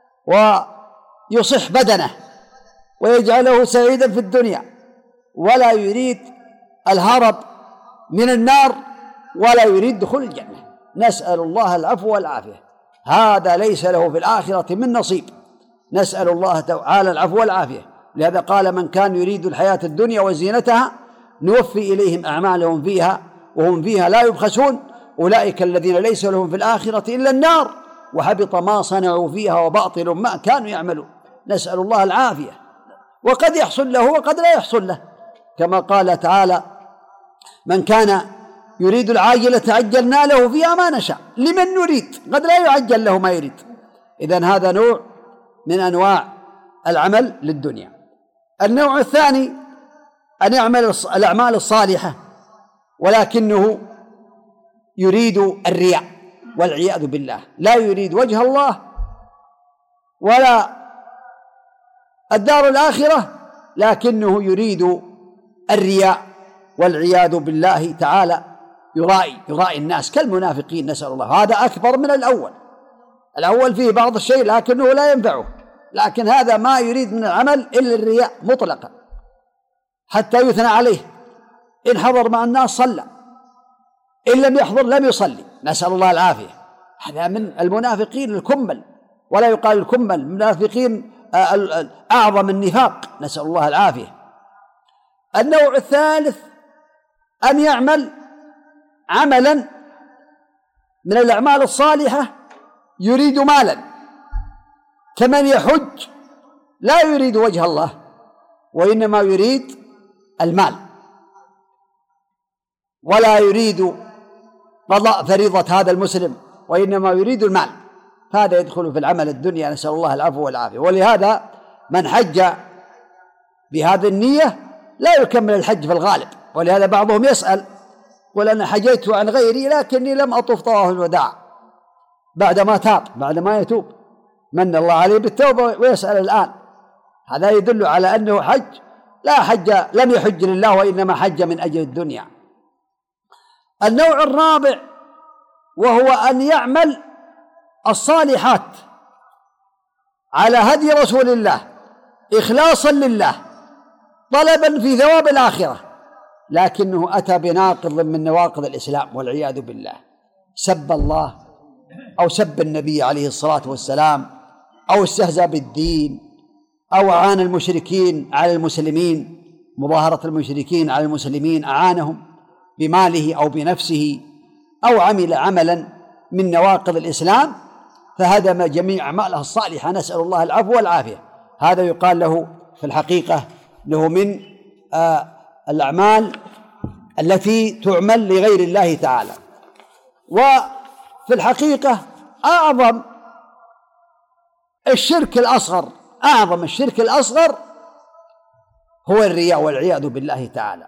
A: ويصح بدنه ويجعله سعيدا في الدنيا، ولا يريد الهرب من النار ولا يريد دخول الجنة. نسأل الله العفو والعافية. هذا ليس له في الآخرة من نصيب، نسأل الله تعالى العفو والعافية. لهذا قال: من كان يريد الحياة الدنيا وزينتها نوفي إليهم أعمالهم فيها وهم فيها لا يبخسون، أولئك الذين ليس لهم في الآخرة إلا النار وحبط ما صنعوا فيها وباطل ما كانوا يعملون. نسأل الله العافية. وقد يحصل له وقد لا يحصل له، كما قال تعالى: من كان يريد العاجلة عجلنا له فيها ما نشاء لمن نريد، قد لا يعجل له ما يريد. إذن هذا نوع من أنواع العمل للدنيا. النوع الثاني أن يعمل الأعمال الصالحة ولكنه يريد الرياء والعياذ بالله، لا يريد وجه الله ولا الدار الآخرة، لكنه يريد الرياء والعياذ بالله تعالى، يرائي يرائي الناس كالمنافقين، نسأل الله. هذا أكبر من الأول، الأول فيه بعض الشيء لكنه لا ينفعه، لكن هذا ما يريد من العمل إلا الرياء مطلقا حتى يثنى عليه. إن حضر مع الناس صلى، إن لم يحضر لم يصلي، نسأل الله العافية. هذا من المنافقين الكمل، ولا يقال الكمل، المنافقين أعظم النفاق، نسأل الله العافية. النوع الثالث أن يعمل عملا من الأعمال الصالحة يريد مالا، كمن يحج لا يريد وجه الله وإنما يريد المال، ولا يريد قضاء فريضة هذا المسلم وإنما يريد المال، هذا يدخل في العمل الدنيا، نسأل الله العفو والعافية. ولهذا من حج بهذه النية لا يكمل الحج في الغالب. ولهذا بعضهم يسأل: قل أنا حجيت عن غيري لكني لم أطف طواف الوداع، بعدما تاب، بعدما يتوب من الله عليه بالتوبة ويسأل الآن. هذا يدل على أنه حج لا حج، لم يحج لله وإنما حج من أجل الدنيا. النوع الرابع وهو أن يعمل الصالحات على هدي رسول الله إخلاصا لله طلبا في ثواب الآخرة، لكنه أتى بناقض من نواقض الإسلام والعياذ بالله، سب الله أو سب النبي عليه الصلاة والسلام أو استهزأ بالدين أو أعان المشركين على المسلمين، مظاهرة المشركين على المسلمين، أعانهم بماله أو بنفسه، أو عمل عملا من نواقض الإسلام فهدم جميع أعماله الصالحة، نسأل الله العفو والعافية. هذا يقال له في الحقيقة له من آه الأعمال التي تعمل لغير الله تعالى. وفي الحقيقة أعظم الشرك الأصغر، أعظم الشرك الأصغر هو الرياء والعياذ بالله تعالى،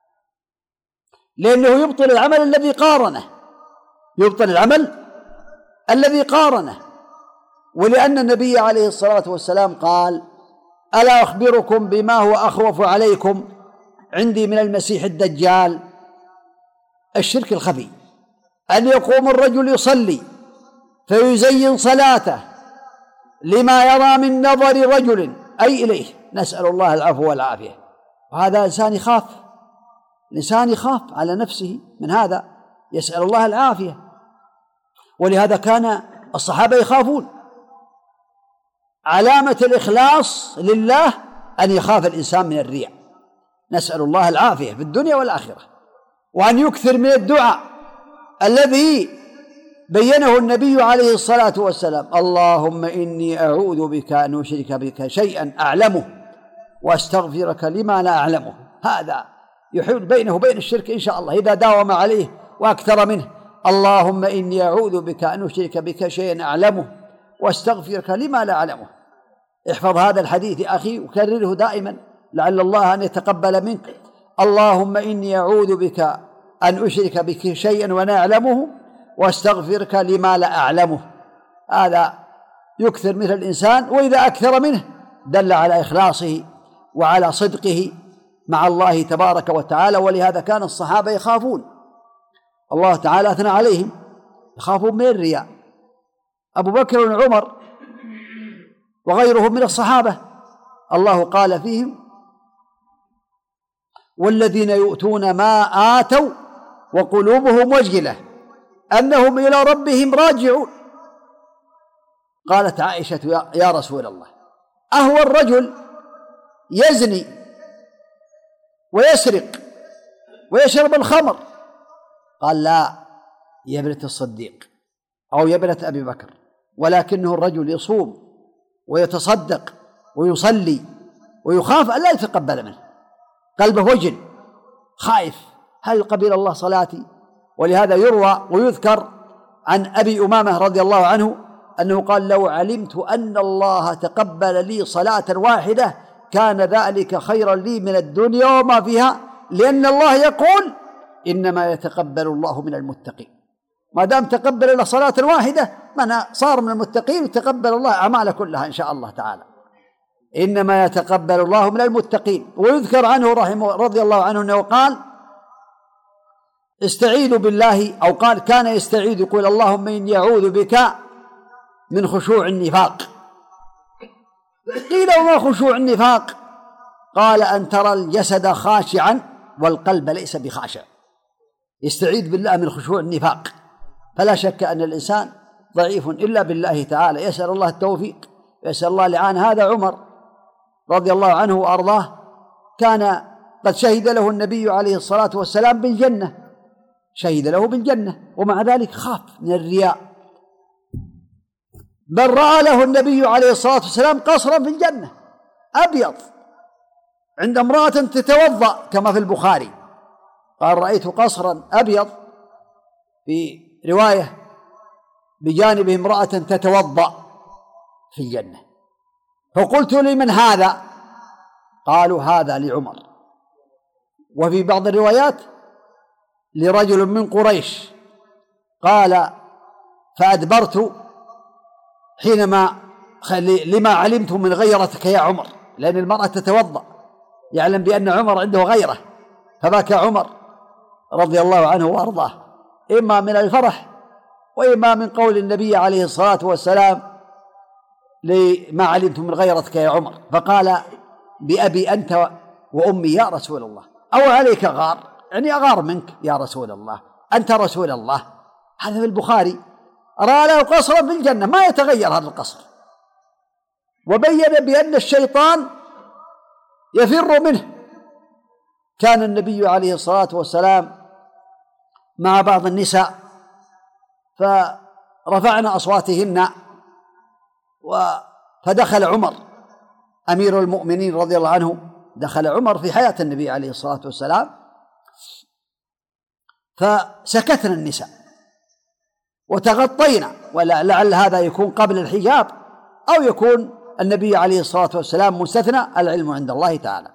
A: لأنه يبطل العمل الذي قارنه، يبطل العمل الذي قارنه. ولأن النبي عليه الصلاة والسلام قال: ألا أخبركم بما هو أخوف عليكم عندي من المسيح الدجال؟ الشرك الخفي، أن يقوم الرجل يصلي فيزين صلاته لما يرى من نظر رجل أي إليه، نسأل الله العفو والعافية. وهذا إنسان يخاف، الإنسان يخاف على نفسه من هذا، يسأل الله العافية. ولهذا كان الصحابة يخافون. علامة الإخلاص لله أن يخاف الإنسان من الرياء، نسأل الله العافية في الدنيا والآخرة. وأن يكثر من الدعاء الذي بينه النبي عليه الصلاة والسلام: اللهم إني أعوذ بك أن أشرك بك شيئا أعلمه وأستغفرك لما لا أعلمه. هذا يحول بينه وبين الشرك إن شاء الله إذا داوم عليه وأكثر منه. اللهم إني أعوذ بك أن أشرك بك شيئا أعلمه وأستغفرك لما لا أعلمه. احفظ هذا الحديث يا أخي وكرره دائما لعل الله أن يتقبل منك. اللهم إني أعوذ بك أن أشرك بك شيئا وأنا أعلمه وأستغفرك لما لا أعلمه. هذا يكثر منه الإنسان، وإذا أكثر منه دل على إخلاصه وعلى صدقه مع الله تبارك وتعالى. ولهذا كان الصحابة يخافون، الله تعالى أثنى عليهم، يخافون من الرياء. أبو بكر وعمر وغيرهم من الصحابة الله قال فيهم: والذين يؤتون ما آتوا وقلوبهم وجلة أنهم إلى ربهم راجعون. قالت عائشة: يا رسول الله، أهو الرجل يزني ويسرق ويشرب الخمر؟ قال: لا يا ابنة الصديق أو يا ابنة أبي بكر، ولكنه الرجل يصوم ويتصدق ويصلي ويخاف أن لا يتقبل منه، قلبه وجل خائف هل قبل الله صلاتي؟ ولهذا يروى ويذكر عن أبي أمامة رضي الله عنه أنه قال: لو علمت أن الله تقبل لي صلاة واحدة كان ذلك خيرا لي من الدنيا وما فيها، لأن الله يقول: إنما يتقبل الله من المتقين. ما دام تقبل الله صلاة واحدة من صار من المتقين وتقبل الله أعماله كلها إن شاء الله تعالى. إنما يتقبل الله من المتقين. ويذكر عنه رحمه رضي الله عنه أنه قال: استعيذوا بالله، أو قال كان يستعيذ يقول: اللهم إني يعوذ بك من خشوع النفاق. قيل: وما خشوع النفاق؟ قال: أن ترى الجسد خاشعا والقلب ليس بخاشع. يستعيذ بالله من خشوع النفاق. فلا شك أن الإنسان ضعيف إلا بالله تعالى، يسأل الله التوفيق، يسأل الله الإعانة. هذا عمر رضي الله عنه وأرضاه كان قد شهد له النبي عليه الصلاة والسلام بالجنة، شهد له بالجنة، ومع ذلك خاف من الرياء، بل رأى له النبي عليه الصلاة والسلام قصرا في الجنة أبيض عند امرأة تتوضأ كما في البخاري، قال: رأيت قصرا أبيض، في رواية بجانب امرأة تتوضأ في الجنة. فقلت: لمن هذا؟ قالوا: هذا لعمر. وفي بعض الروايات: لرجل من قريش. قال: فأدبرت حينما لما علمت من غيرتك يا عمر، لأن المرأة تتوضأ، يعلم بأن عمر عنده غيرة، فبكى عمر رضي الله عنه وأرضاه، إما من الفرح وإما من قول النبي عليه الصلاة والسلام: لما علمت من غيرتك يا عمر. فقال: بأبي أنت وأمي يا رسول الله، أو عليك غار، يعني أغار منك يا رسول الله، أنت رسول الله. هذا في البخاري. رأى له قصرا في الجنة ما يتغير هذا القصر، وبين بأن الشيطان يفر منه. كان النبي عليه الصلاة والسلام مع بعض النساء فرفعن أصواتهن، فدخل عمر أمير المؤمنين رضي الله عنه، دخل عمر في حياة النبي عليه الصلاة والسلام، فسكتنا النساء وتغطينا، ولعل هذا يكون قبل الحجاب أو يكون النبي عليه الصلاة والسلام مستثنى، العلم عند الله تعالى.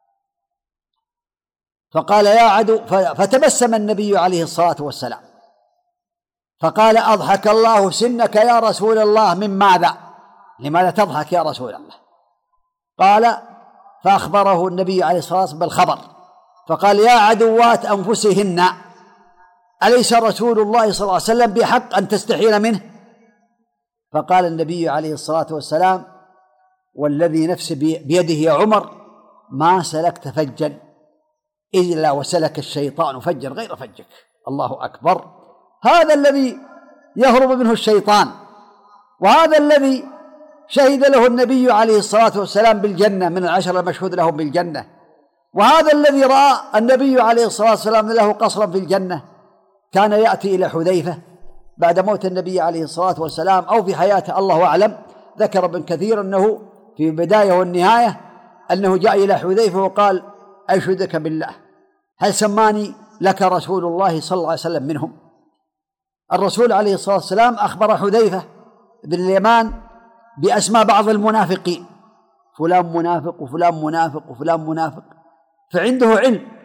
A: فقال: يا عدو، فتبسم النبي عليه الصلاة والسلام فقال: أضحك الله سنك يا رسول الله، من ماذا؟ لماذا تضحك يا رسول الله؟ قال: فأخبره النبي عليه الصلاة والسلام بالخبر، فقال: يا عدوات أنفسهن، أليس رسول الله صلى الله عليه وسلم بحق أن تستحين منه؟ فقال النبي عليه الصلاة والسلام: والذي نفسي بيده يا عمر، ما سلكت فجا إلا وسلك الشيطان فجا غير فجك. الله أكبر. هذا الذي يهرب منه الشيطان، وهذا الذي شهد له النبي عليه الصلاة والسلام بالجنة من العشر المشهود لهم بالجنة، وهذا الذي رأى النبي عليه الصلاة والسلام له قصرا في الجنة. كان يأتي إلى حذيفة بعد موت النبي عليه الصلاة والسلام أو في حياته، الله أعلم. ذكر ابن كثير أنه في البداية والنهاية أنه جاء إلى حذيفة وقال: أشهدك بالله، هل سماني لك رسول الله صلى الله عليه وسلم منهم؟ الرسول عليه الصلاة والسلام أخبر حذيفة بن اليمان بأسماء بعض المنافقين، فلان منافق وفلان منافق وفلان منافق، فعنده علم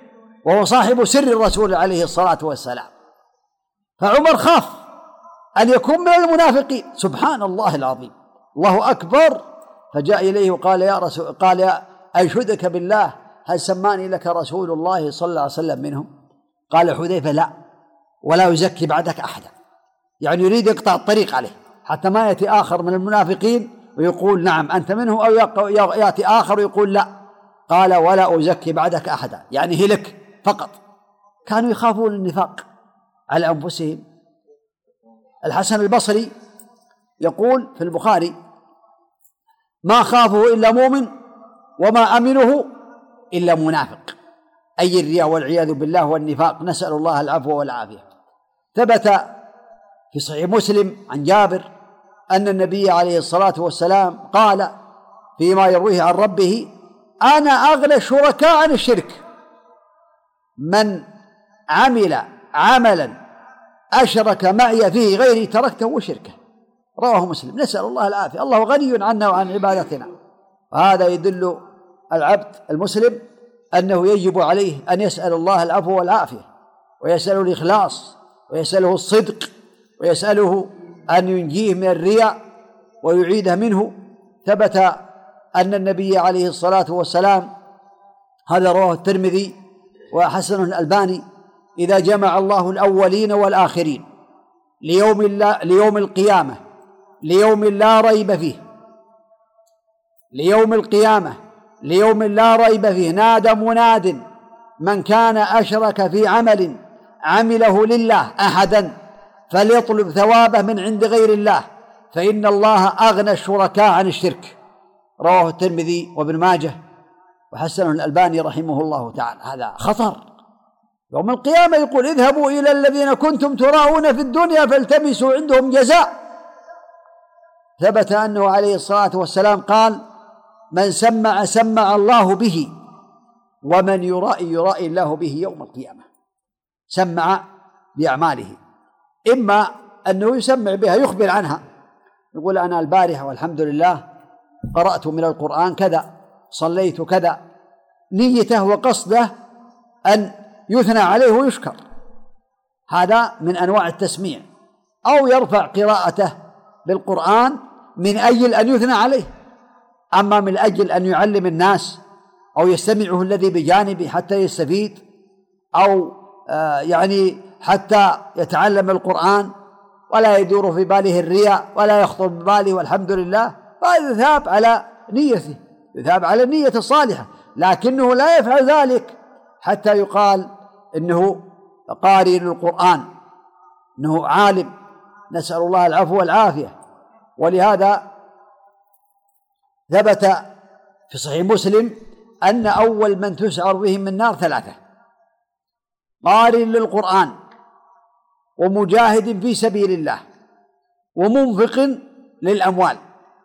A: وهو صاحب سر الرسول عليه الصلاة والسلام. فعمر خاف أن يكون من المنافقين. سبحان الله العظيم، الله أكبر. فجاء إليه وقال يا رسول قال يا أنشدك بالله هل سماني لك رسول الله صلى الله عليه وسلم منهم؟ قال حذيفة لا، ولا يزكي بعدك أحدا، يعني يريد يقطع الطريق عليه حتى ما يأتي آخر من المنافقين ويقول نعم أنت منهم، أو يأتي آخر ويقول لا. قال ولا أزكي بعدك أحدا، يعني هلك فقط. كانوا يخافون النفاق على أنفسهم. الحسن البصري يقول في البخاري ما خافه إلا مؤمن وما أمنه إلا منافق، أي الرياء والعياذ بالله والنفاق، نسأل الله العفو والعافية. ثبت في صحيح مسلم عن جابر أن النبي عليه الصلاة والسلام قال فيما يرويه عن ربه أنا أغنى الشركاء عن الشرك، من عمل عملا أشرك معي فيه غيري تركته وشركه، رواه مسلم. نسأل الله العافية، الله غني عنا وعن عبادتنا. وهذا يدل العبد المسلم أنه يجب عليه أن يسأل الله العفو والعافية، ويسأله الإخلاص، ويسأله الصدق، ويسأله أن ينجيه من الرياء ويعيده منه. ثبت أن النبي عليه الصلاة والسلام، هذا رواه الترمذي وحسنه الألباني، إذا جمع الله الأولين والآخرين ليوم, ليوم القيامة ليوم لا ريب فيه ليوم القيامة ليوم لا ريب فيه نادى مناد من كان أشرك في عمل عمله لله أحدا فليطلب ثوابه من عند غير الله فإن الله أغنى الشركاء عن الشرك، رواه الترمذي وابن ماجه وحسنه الألباني رحمه الله تعالى. هذا خطر. يوم القيامة يقول اذهبوا إلى الذين كنتم تراءون في الدنيا فالتمسوا عندهم جزاء. ثبت أنه عليه الصلاة والسلام قال من سمع سمع الله به، ومن يرائي يرائي الله به يوم القيامة. سمع بأعماله، إما أنه يسمع بها يخبر عنها، يقول أنا البارحة والحمد لله قرأت من القرآن كذا، صليت كذا، نيته وقصده أن يثنى عليه ويشكر، هذا من أنواع التسميع. أو يرفع قراءته بالقرآن من أجل أن يثنى عليه، أما من أجل أن يعلم الناس أو يستمعه الذي بجانبه حتى يستفيد، أو آه يعني حتى يتعلم القرآن ولا يدور في باله الرياء ولا يخطر بباله والحمد لله، فهذا يثاب على نيته، يثاب على النية الصالحة، لكنه لا يفعل ذلك حتى يقال إنه قارئ للقرآن، إنه عالم، نسأل الله العفو والعافية. ولهذا ثبت في صحيح مسلم أن أول من تسعر بهم من النار ثلاثة: قارئ للقرآن، ومجاهد في سبيل الله، ومنفق للأموال.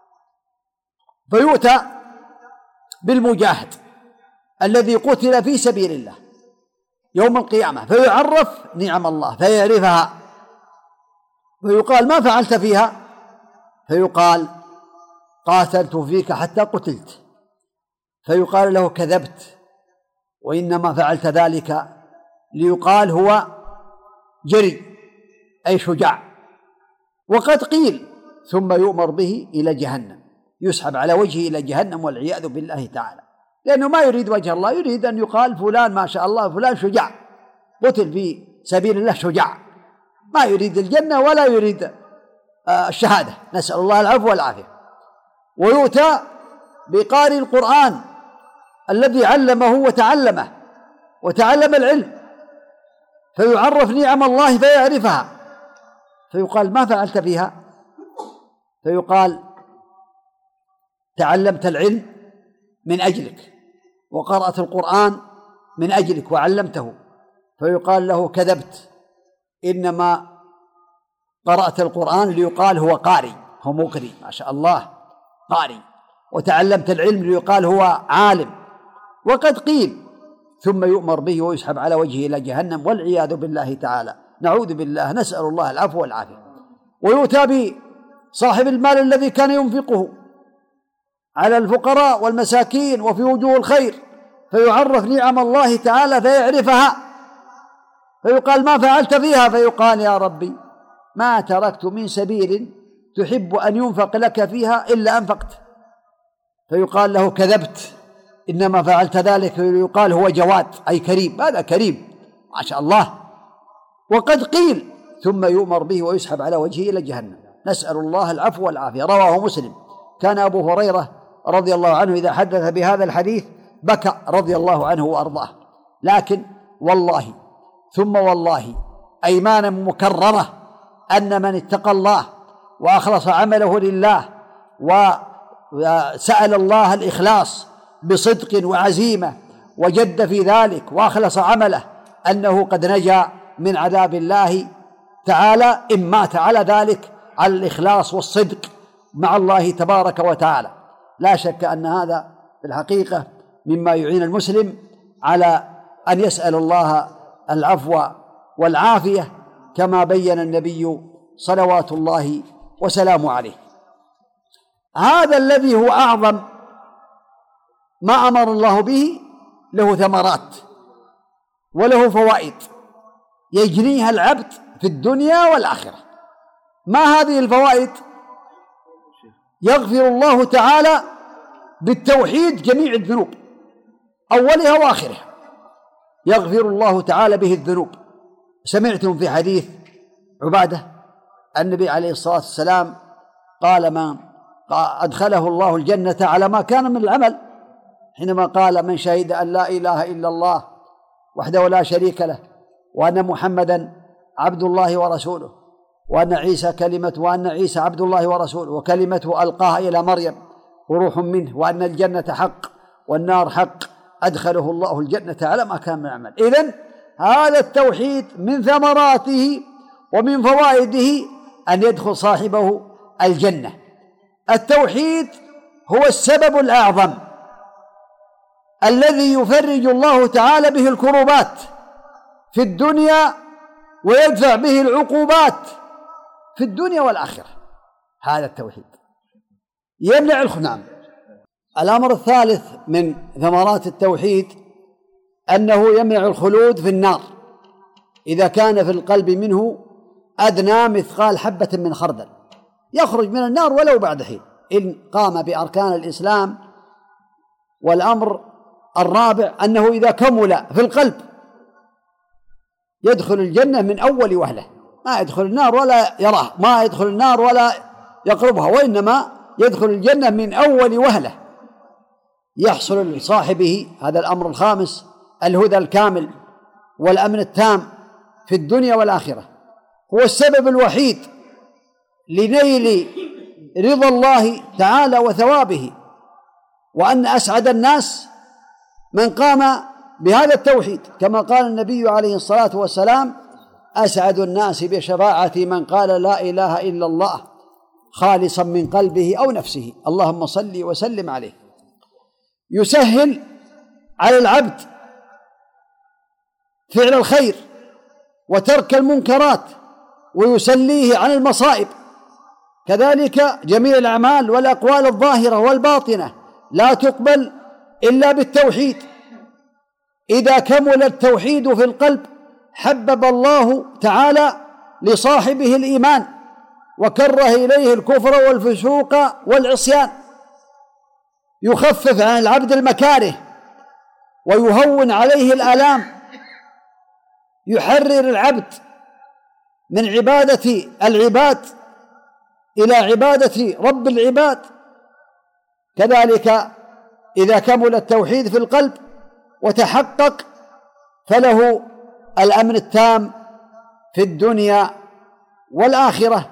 A: فيؤتى بالمجاهد الذي قتل في سبيل الله يوم القيامة فيعرف نعم الله فيعرفها، فيقال ما فعلت فيها؟ فيقال قاتلت فيك حتى قتلت، فيقال له كذبت، وإنما فعلت ذلك ليقال هو جري أي شجاع. وقد قيل ثم يؤمر به إلى جهنم، يسحب على وجهه إلى جهنم والعياذ بالله تعالى، لأنه ما يريد وجه الله، يريد أن يقال فلان ما شاء الله فلان شجاع قتل في سبيل الله شجاع، ما يريد الجنة ولا يريد الشهادة، نسأل الله العفو والعافية. ويؤتى بقارئ القرآن الذي علمه وتعلمه وتعلم العلم، فيعرف نعم الله فيعرفها، فيقال ما فعلت فيها؟ فيقال تعلمت العلم من أجلك، وقرأت القرآن من أجلك وعلمته، فيقال له كذبت، إنما قرأت القرآن ليقال هو قارئ، هو مقري ما شاء الله قارئ، وتعلمت العلم ليقال هو عالم. وقد قيل ثم يؤمر به ويسحب على وجهه إلى جهنم والعياذ بالله تعالى، نعوذ بالله، نسأل الله العفو والعافية. ويؤتى بصاحب المال الذي كان ينفقه على الفقراء والمساكين وفي وجوه الخير، فيعرف نعم الله تعالى فيعرفها، فيقال ما فعلت فيها؟ فيقال يا ربي ما تركت من سبيل تحب أن ينفق لك فيها إلا أنفقت. فيقال له كذبت، إنما فعلت ذلك. يقال هو جواد أي كريم، هذا كريم ما شاء الله. وقد قيل ثم يؤمر به ويسحب على وجهه إلى جهنم، نسأل الله العفو والعافية. رواه مسلم. كان أبو هريرة رضي الله عنه إذا حدث بهذا الحديث بكى رضي الله عنه وأرضاه. لكن والله ثم والله أيمانا مكررة أن من اتقى الله وأخلص عمله لله وسأل الله الإخلاص بصدق وعزيمة وجد في ذلك وأخلص عمله أنه قد نجا من عذاب الله تعالى إن مات على ذلك، على الإخلاص والصدق مع الله تبارك وتعالى. لا شك أن هذا في الحقيقة مما يعين المسلم على أن يسأل الله العفو والعافية كما بين النبي صلوات الله وسلامه عليه. هذا الذي هو أعظم ما أمر الله به له ثمرات وله فوائد يجنيها العبد في الدنيا والآخرة. ما هذه الفوائد؟ يغفر الله تعالى بالتوحيد جميع الذنوب أولها وآخرها، يغفر الله تعالى به الذنوب. سمعتم في حديث عبادة النبي عليه الصلاة والسلام قال ما أدخله الله الجنة على ما كان من العمل، حينما قال من شهد أن لا إله إلا الله وحده لا شريك له وأن محمدا عبد الله ورسوله وأن عيسى كلمة وأن عيسى عبد الله ورسوله وكلمته ألقاها إلى مريم وروح منه وأن الجنة حق والنار حق أدخله الله الجنة على ما كان من العمل. إذن هذا التوحيد من ثمراته ومن فوائده أن يدخل صاحبه الجنة. التوحيد هو السبب الأعظم الذي يفرج الله تعالى به الكروبات في الدنيا ويدفع به العقوبات في الدنيا والآخرة. هذا التوحيد يمنع الخنام. الأمر الثالث من ثمرات التوحيد أنه يمنع الخلود في النار إذا كان في القلب منه أدنى مثقال حبة من خردل، يخرج من النار ولو بعد حين إن قام بأركان الإسلام. والأمر الرابع أنه إذا كمل في القلب يدخل الجنة من أول وهلة، ما يدخل النار ولا يراه، ما يدخل النار ولا يقربها، وإنما يدخل الجنة من أول وهلة. يحصل لصاحبه هذا الأمر الخامس الهدى الكامل والأمن التام في الدنيا والآخرة. هو السبب الوحيد لنيل رضا الله تعالى وثوابه، وأن أسعد الناس من قام بهذا التوحيد كما قال النبي عليه الصلاة والسلام أسعد الناس بشفاعة من قال لا إله إلا الله خالصا من قلبه أو نفسه، اللهم صل وسلم عليه. يسهل على العبد فعل الخير وترك المنكرات ويسليه عن المصائب. كذلك جميع الأعمال والأقوال الظاهرة والباطنة لا تقبل إلا بالتوحيد. إذا كمل التوحيد في القلب حبب الله تعالى لصاحبه الإيمان وكره إليه الكفر والفسوق والعصيان، يخفف عن العبد المكاره ويهون عليه الآلام، يحرر العبد من عبادة العباد إلى عبادة رب العباد. كذلك إذا كمل التوحيد في القلب وتحقق فله الأمن التام في الدنيا والآخرة.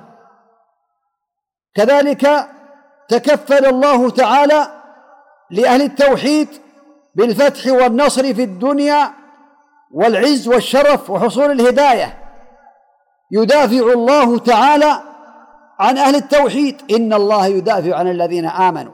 A: كذلك تكفل الله تعالى لأهل التوحيد بالفتح والنصر في الدنيا والعز والشرف وحصول الهداية. يدافع الله تعالى عن أهل التوحيد، إن الله يدافع عن الذين آمنوا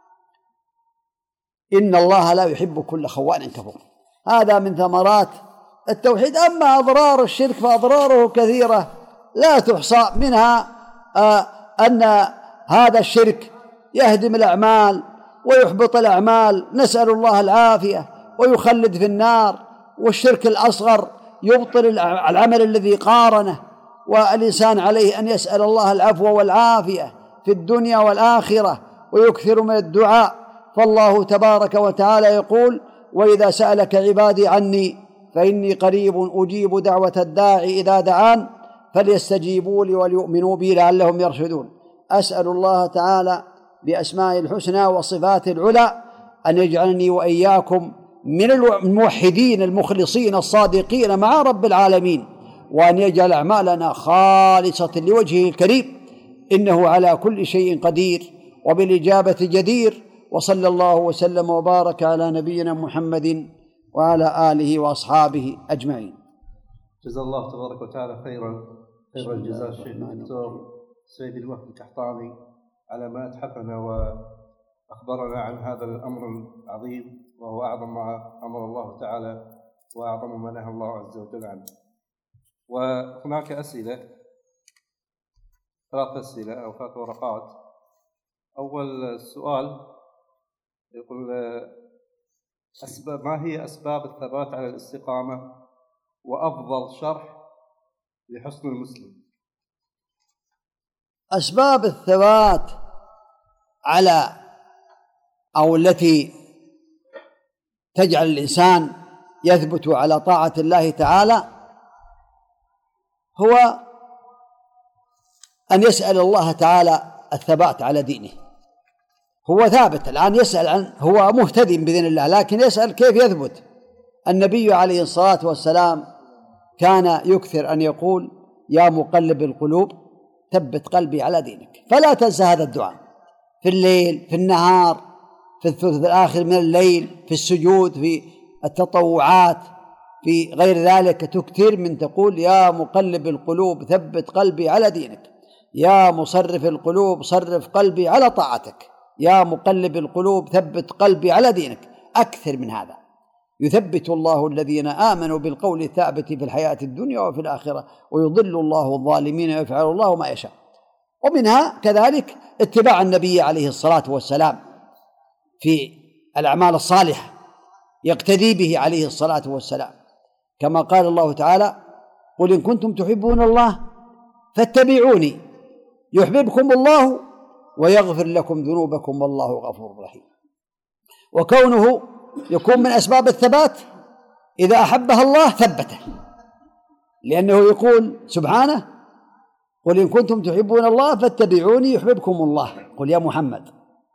A: إن الله لا يحب كل خوان كفور. هذا من ثمرات التوحيد. أما أضرار الشرك فأضراره كثيرة لا تحصى، منها آه أن هذا الشرك يهدم الأعمال ويحبط الأعمال، نسأل الله العافية. ويخلد في النار، والشرك الأصغر يبطل العمل الذي قارنه. والإنسان عليه أن يسأل الله العفو والعافية في الدنيا والآخرة، ويكثر من الدعاء. فالله تبارك وتعالى يقول: وإذا سألك عبادي عني فإني قريب أجيب دعوة الداعي إذا دعان فليستجيبوا لي وليؤمنوا بي لعلهم يرشدون. أسأل الله تعالى بأسمائه الحسنى وصفاته العلى أن يجعلني وإياكم من الموحدين المخلصين الصادقين مع رب العالمين، وأن يجعل أعمالنا خالصة لوجهه الكريم، إنه على كل شيء قدير وبالإجابة جدير. وصلى الله وسلم وبارك على نبينا محمد وعلى آله وأصحابه أجمعين.
B: جزا الله تبارك وتعالى خيرا خير الجزاء الشيخ الدكتور سيد الوهب القحطاني على ما أتحفنا وأخبرنا عن هذا الأمر العظيم، وهو أعظم ما أمر الله تعالى وأعظم ما نهى الله عز وجل عنه. وهناك أسئلة، ثلاث أسئلة أو ثلاث ورقات. أول سؤال يقول: أسباب ما هي أسباب الثبات على الاستقامة، وأفضل شرح لحسن المسلم؟
A: أسباب الثبات على أو التي تجعل الإنسان يثبت على طاعة الله تعالى هو أن يسأل الله تعالى الثبات على دينه. هو ثابت الآن، يسأل عن هو مهتدي بإذن الله، لكن يسأل كيف يثبت. النبي عليه الصلاة والسلام كان يكثر أن يقول: يا مقلب القلوب ثبت قلبي على دينك. فلا تنسى هذا الدعاء في الليل، في النهار، في الثلث الآخر من الليل، في السجود، في التطوعات، في غير ذلك. تكثر من تقول: يا مقلب القلوب ثبت قلبي على دينك، يا مصرف القلوب صرف قلبي على طاعتك، يا مقلب القلوب ثبت قلبي على دينك. أكثر من هذا. يثبت الله الذين آمنوا بالقول الثابت في الحياة الدنيا وفي الآخرة، ويضل الله الظالمين ويفعل الله ما يشاء. ومنها كذلك اتباع النبي عليه الصلاة والسلام في الأعمال الصالحة، يقتدي به عليه الصلاة والسلام، كما قال الله تعالى: قل إن كنتم تحبون الله فاتبعوني يحببكم الله ويغفر لكم ذنوبكم والله غفور رحيم. وكونه يكون من أسباب الثبات إذا أحبها الله ثبته، لأنه يقول سبحانه: قل إن كنتم تحبون الله فاتبعوني يحببكم الله، قل يا محمد،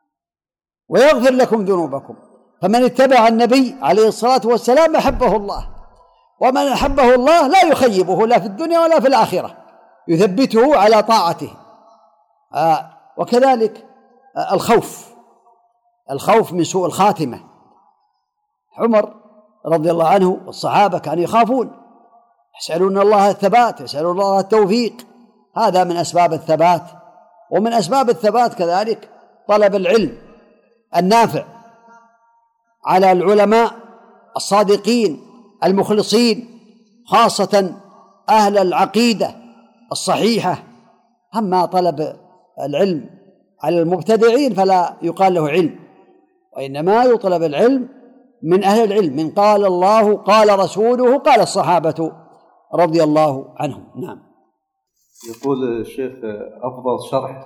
A: ويغفر لكم ذنوبكم. فمن اتبع النبي عليه الصلاة والسلام أحبه الله، ومن أحبه الله لا يخيبه لا في الدنيا ولا في الآخرة، يثبته على طاعته. آه وكذلك آه الخوف الخوف من سوء الخاتمة. عمر رضي الله عنه والصحابة كانوا يخافون، يسألون الله الثبات، يسألون الله التوفيق. هذا من أسباب الثبات. ومن أسباب الثبات كذلك طلب العلم النافع على العلماء الصادقين المخلصين، خاصة أهل العقيدة الصحيحة. أما طلب العلم على المبتدعين فلا يقال له علم، وإنما يطلب العلم من أهل العلم، من قال الله قال رسوله قال الصحابة رضي الله عنهم. نعم.
B: يقول الشيخ: أفضل شرح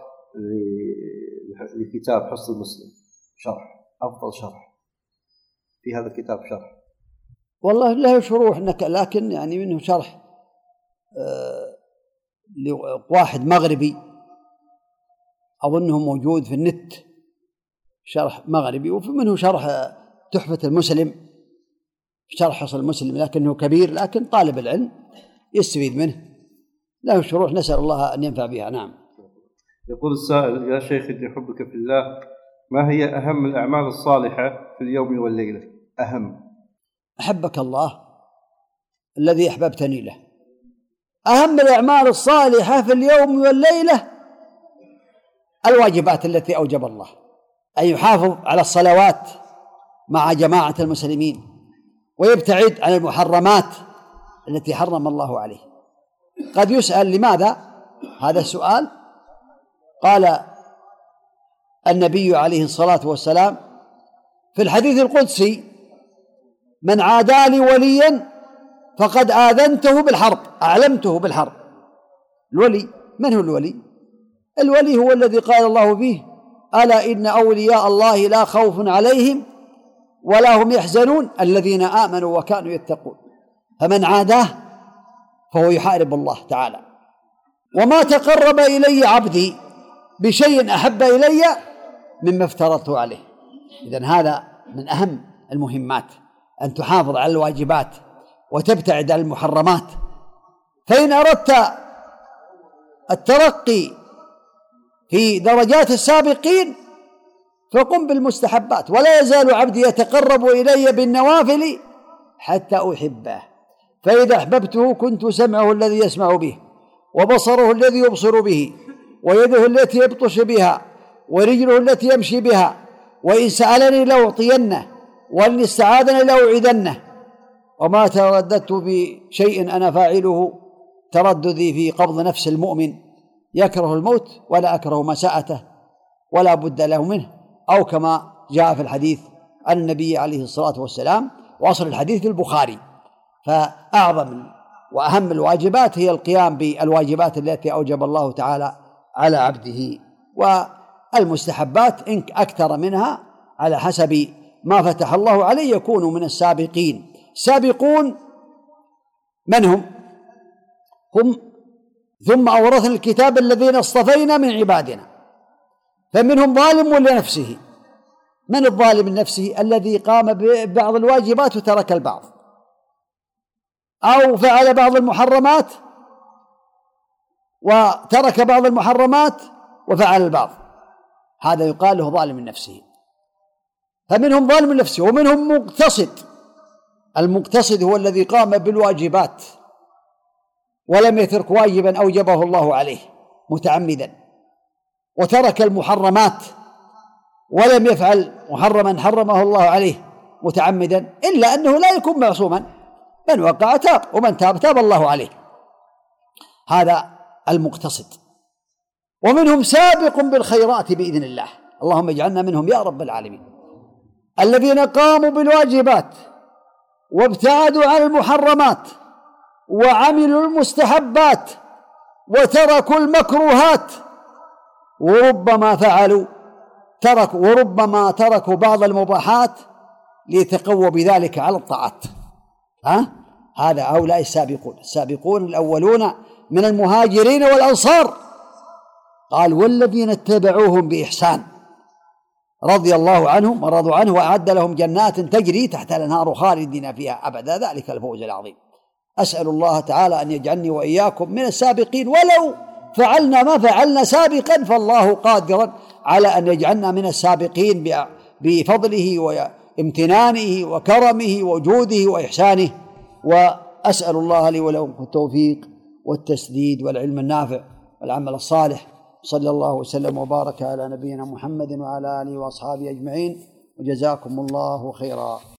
B: لكتاب حسن المسلم، شرح أفضل شرح في هذا الكتاب شرح.
A: والله له شروح، لكن يعني منه شرح آه لواحد مغربي أظنه موجود في النت، شرح مغربي، وفي منه شرح تحفة المسلم، شرح حصن المسلم، لكنه كبير، لكن طالب العلم يستفيد منه، له شروح نسأل الله أن ينفع بها. نعم.
B: يقول السائل: يا شيخ إني أحبك في الله، ما هي أهم الأعمال الصالحة في اليوم والليلة؟ أهم.
A: أحبك الله الذي أحببتني له. أهم الأعمال الصالحة في اليوم والليلة الواجبات التي أوجب الله، أن يحافظ على الصلوات مع جماعة المسلمين، ويبتعد عن المحرمات التي حرم الله عليه. قد يسأل لماذا هذا السؤال؟ قال النبي عليه الصلاة والسلام في الحديث القدسي: من عادى لي وليا فقد آذنته بالحرب، أعلمته بالحرب. الولي من هو الولي؟ الولي هو الذي قال الله فيه: ألا إن أولياء الله لا خوف عليهم ولا هم يحزنون الذين آمنوا وكانوا يتقون. فمن عاداه فهو يحارب الله تعالى. وما تقرب إلي عبدي بشيء أحب إلي مما افترضته عليه. إذن هذا من أهم المهمات، أن تحافظ على الواجبات وتبتعد عن المحرمات. فإن أردت الترقي في درجات السابقين فقم بالمستحبات. ولا يزال عبدي يتقرب إلي بالنوافل حتى أحبه، فإذا أحببته كنت سمعه الذي يسمع به، وبصره الذي يبصر به، ويده التي يبطش بها، ورجله التي يمشي بها، وإن سألني لأعطينه، وإن استعاذني لأوعدنه. وما ترددت بشيء أنا فاعله ترددي في قبض نفس المؤمن، يكره الموت ولا أكره مساءته ولا بد له منه، أو كما جاء في الحديث عن النبي عليه الصلاة والسلام، وأصل الحديث في البخاري. فأعظم وأهم الواجبات هي القيام بالواجبات التي أوجب الله تعالى على عبده، والمستحبات إن أكثر منها على حسب ما فتح الله عليه يكونوا من السابقين. السابقون من هم؟ هم ثم أورثنا الكتاب الذين اصطفينا من عبادنا، فمنهم ظالم لنفسه. من الظالم لنفسه؟ الذي قام ببعض الواجبات وترك البعض، أو فعل بعض المحرمات وترك بعض المحرمات وفعل البعض، هذا يقال له ظالم لنفسه. فمنهم ظالم لنفسه ومنهم مقتصد. المقتصد هو الذي قام بالواجبات ولم يترك واجبا أوجبه الله عليه متعمدا، وترك المحرمات ولم يفعل محرما حرمه الله عليه متعمدا، إلا أنه لا يكون معصوما، من وقع تاب، ومن تاب تاب الله عليه. هذا المقتصد. ومنهم سابق بالخيرات بإذن الله، اللهم اجعلنا منهم يا رب العالمين، الذين قاموا بالواجبات وابتعدوا عن المحرمات وعملوا المستحبات وتركوا المكروهات، وربما فعلوا تركوا وربما تركوا بعض المباحات ليتقووا بذلك على الطاعات. ها؟ هذا هؤلاء السابقون. السابقون الأولون من المهاجرين والأنصار، قال: والذين اتبعوهم بإحسان رضي الله عنهم ورضوا عنه وأعد لهم جنات تجري تحت الأنهار خالدين فيها أبدا، ذلك الفوز العظيم. أسأل الله تعالى أن يجعلني وإياكم من السابقين، ولو فعلنا ما فعلنا سابقا فالله قادر على أن يجعلنا من السابقين بفضله وامتنانه وكرمه وجوده وإحسانه. وأسأل الله لي ولكم التوفيق والتسديد والعلم النافع والعمل الصالح. صلى الله وسلم وبارك على نبينا محمد وعلى آله وأصحابه أجمعين، وجزاكم الله خيرا.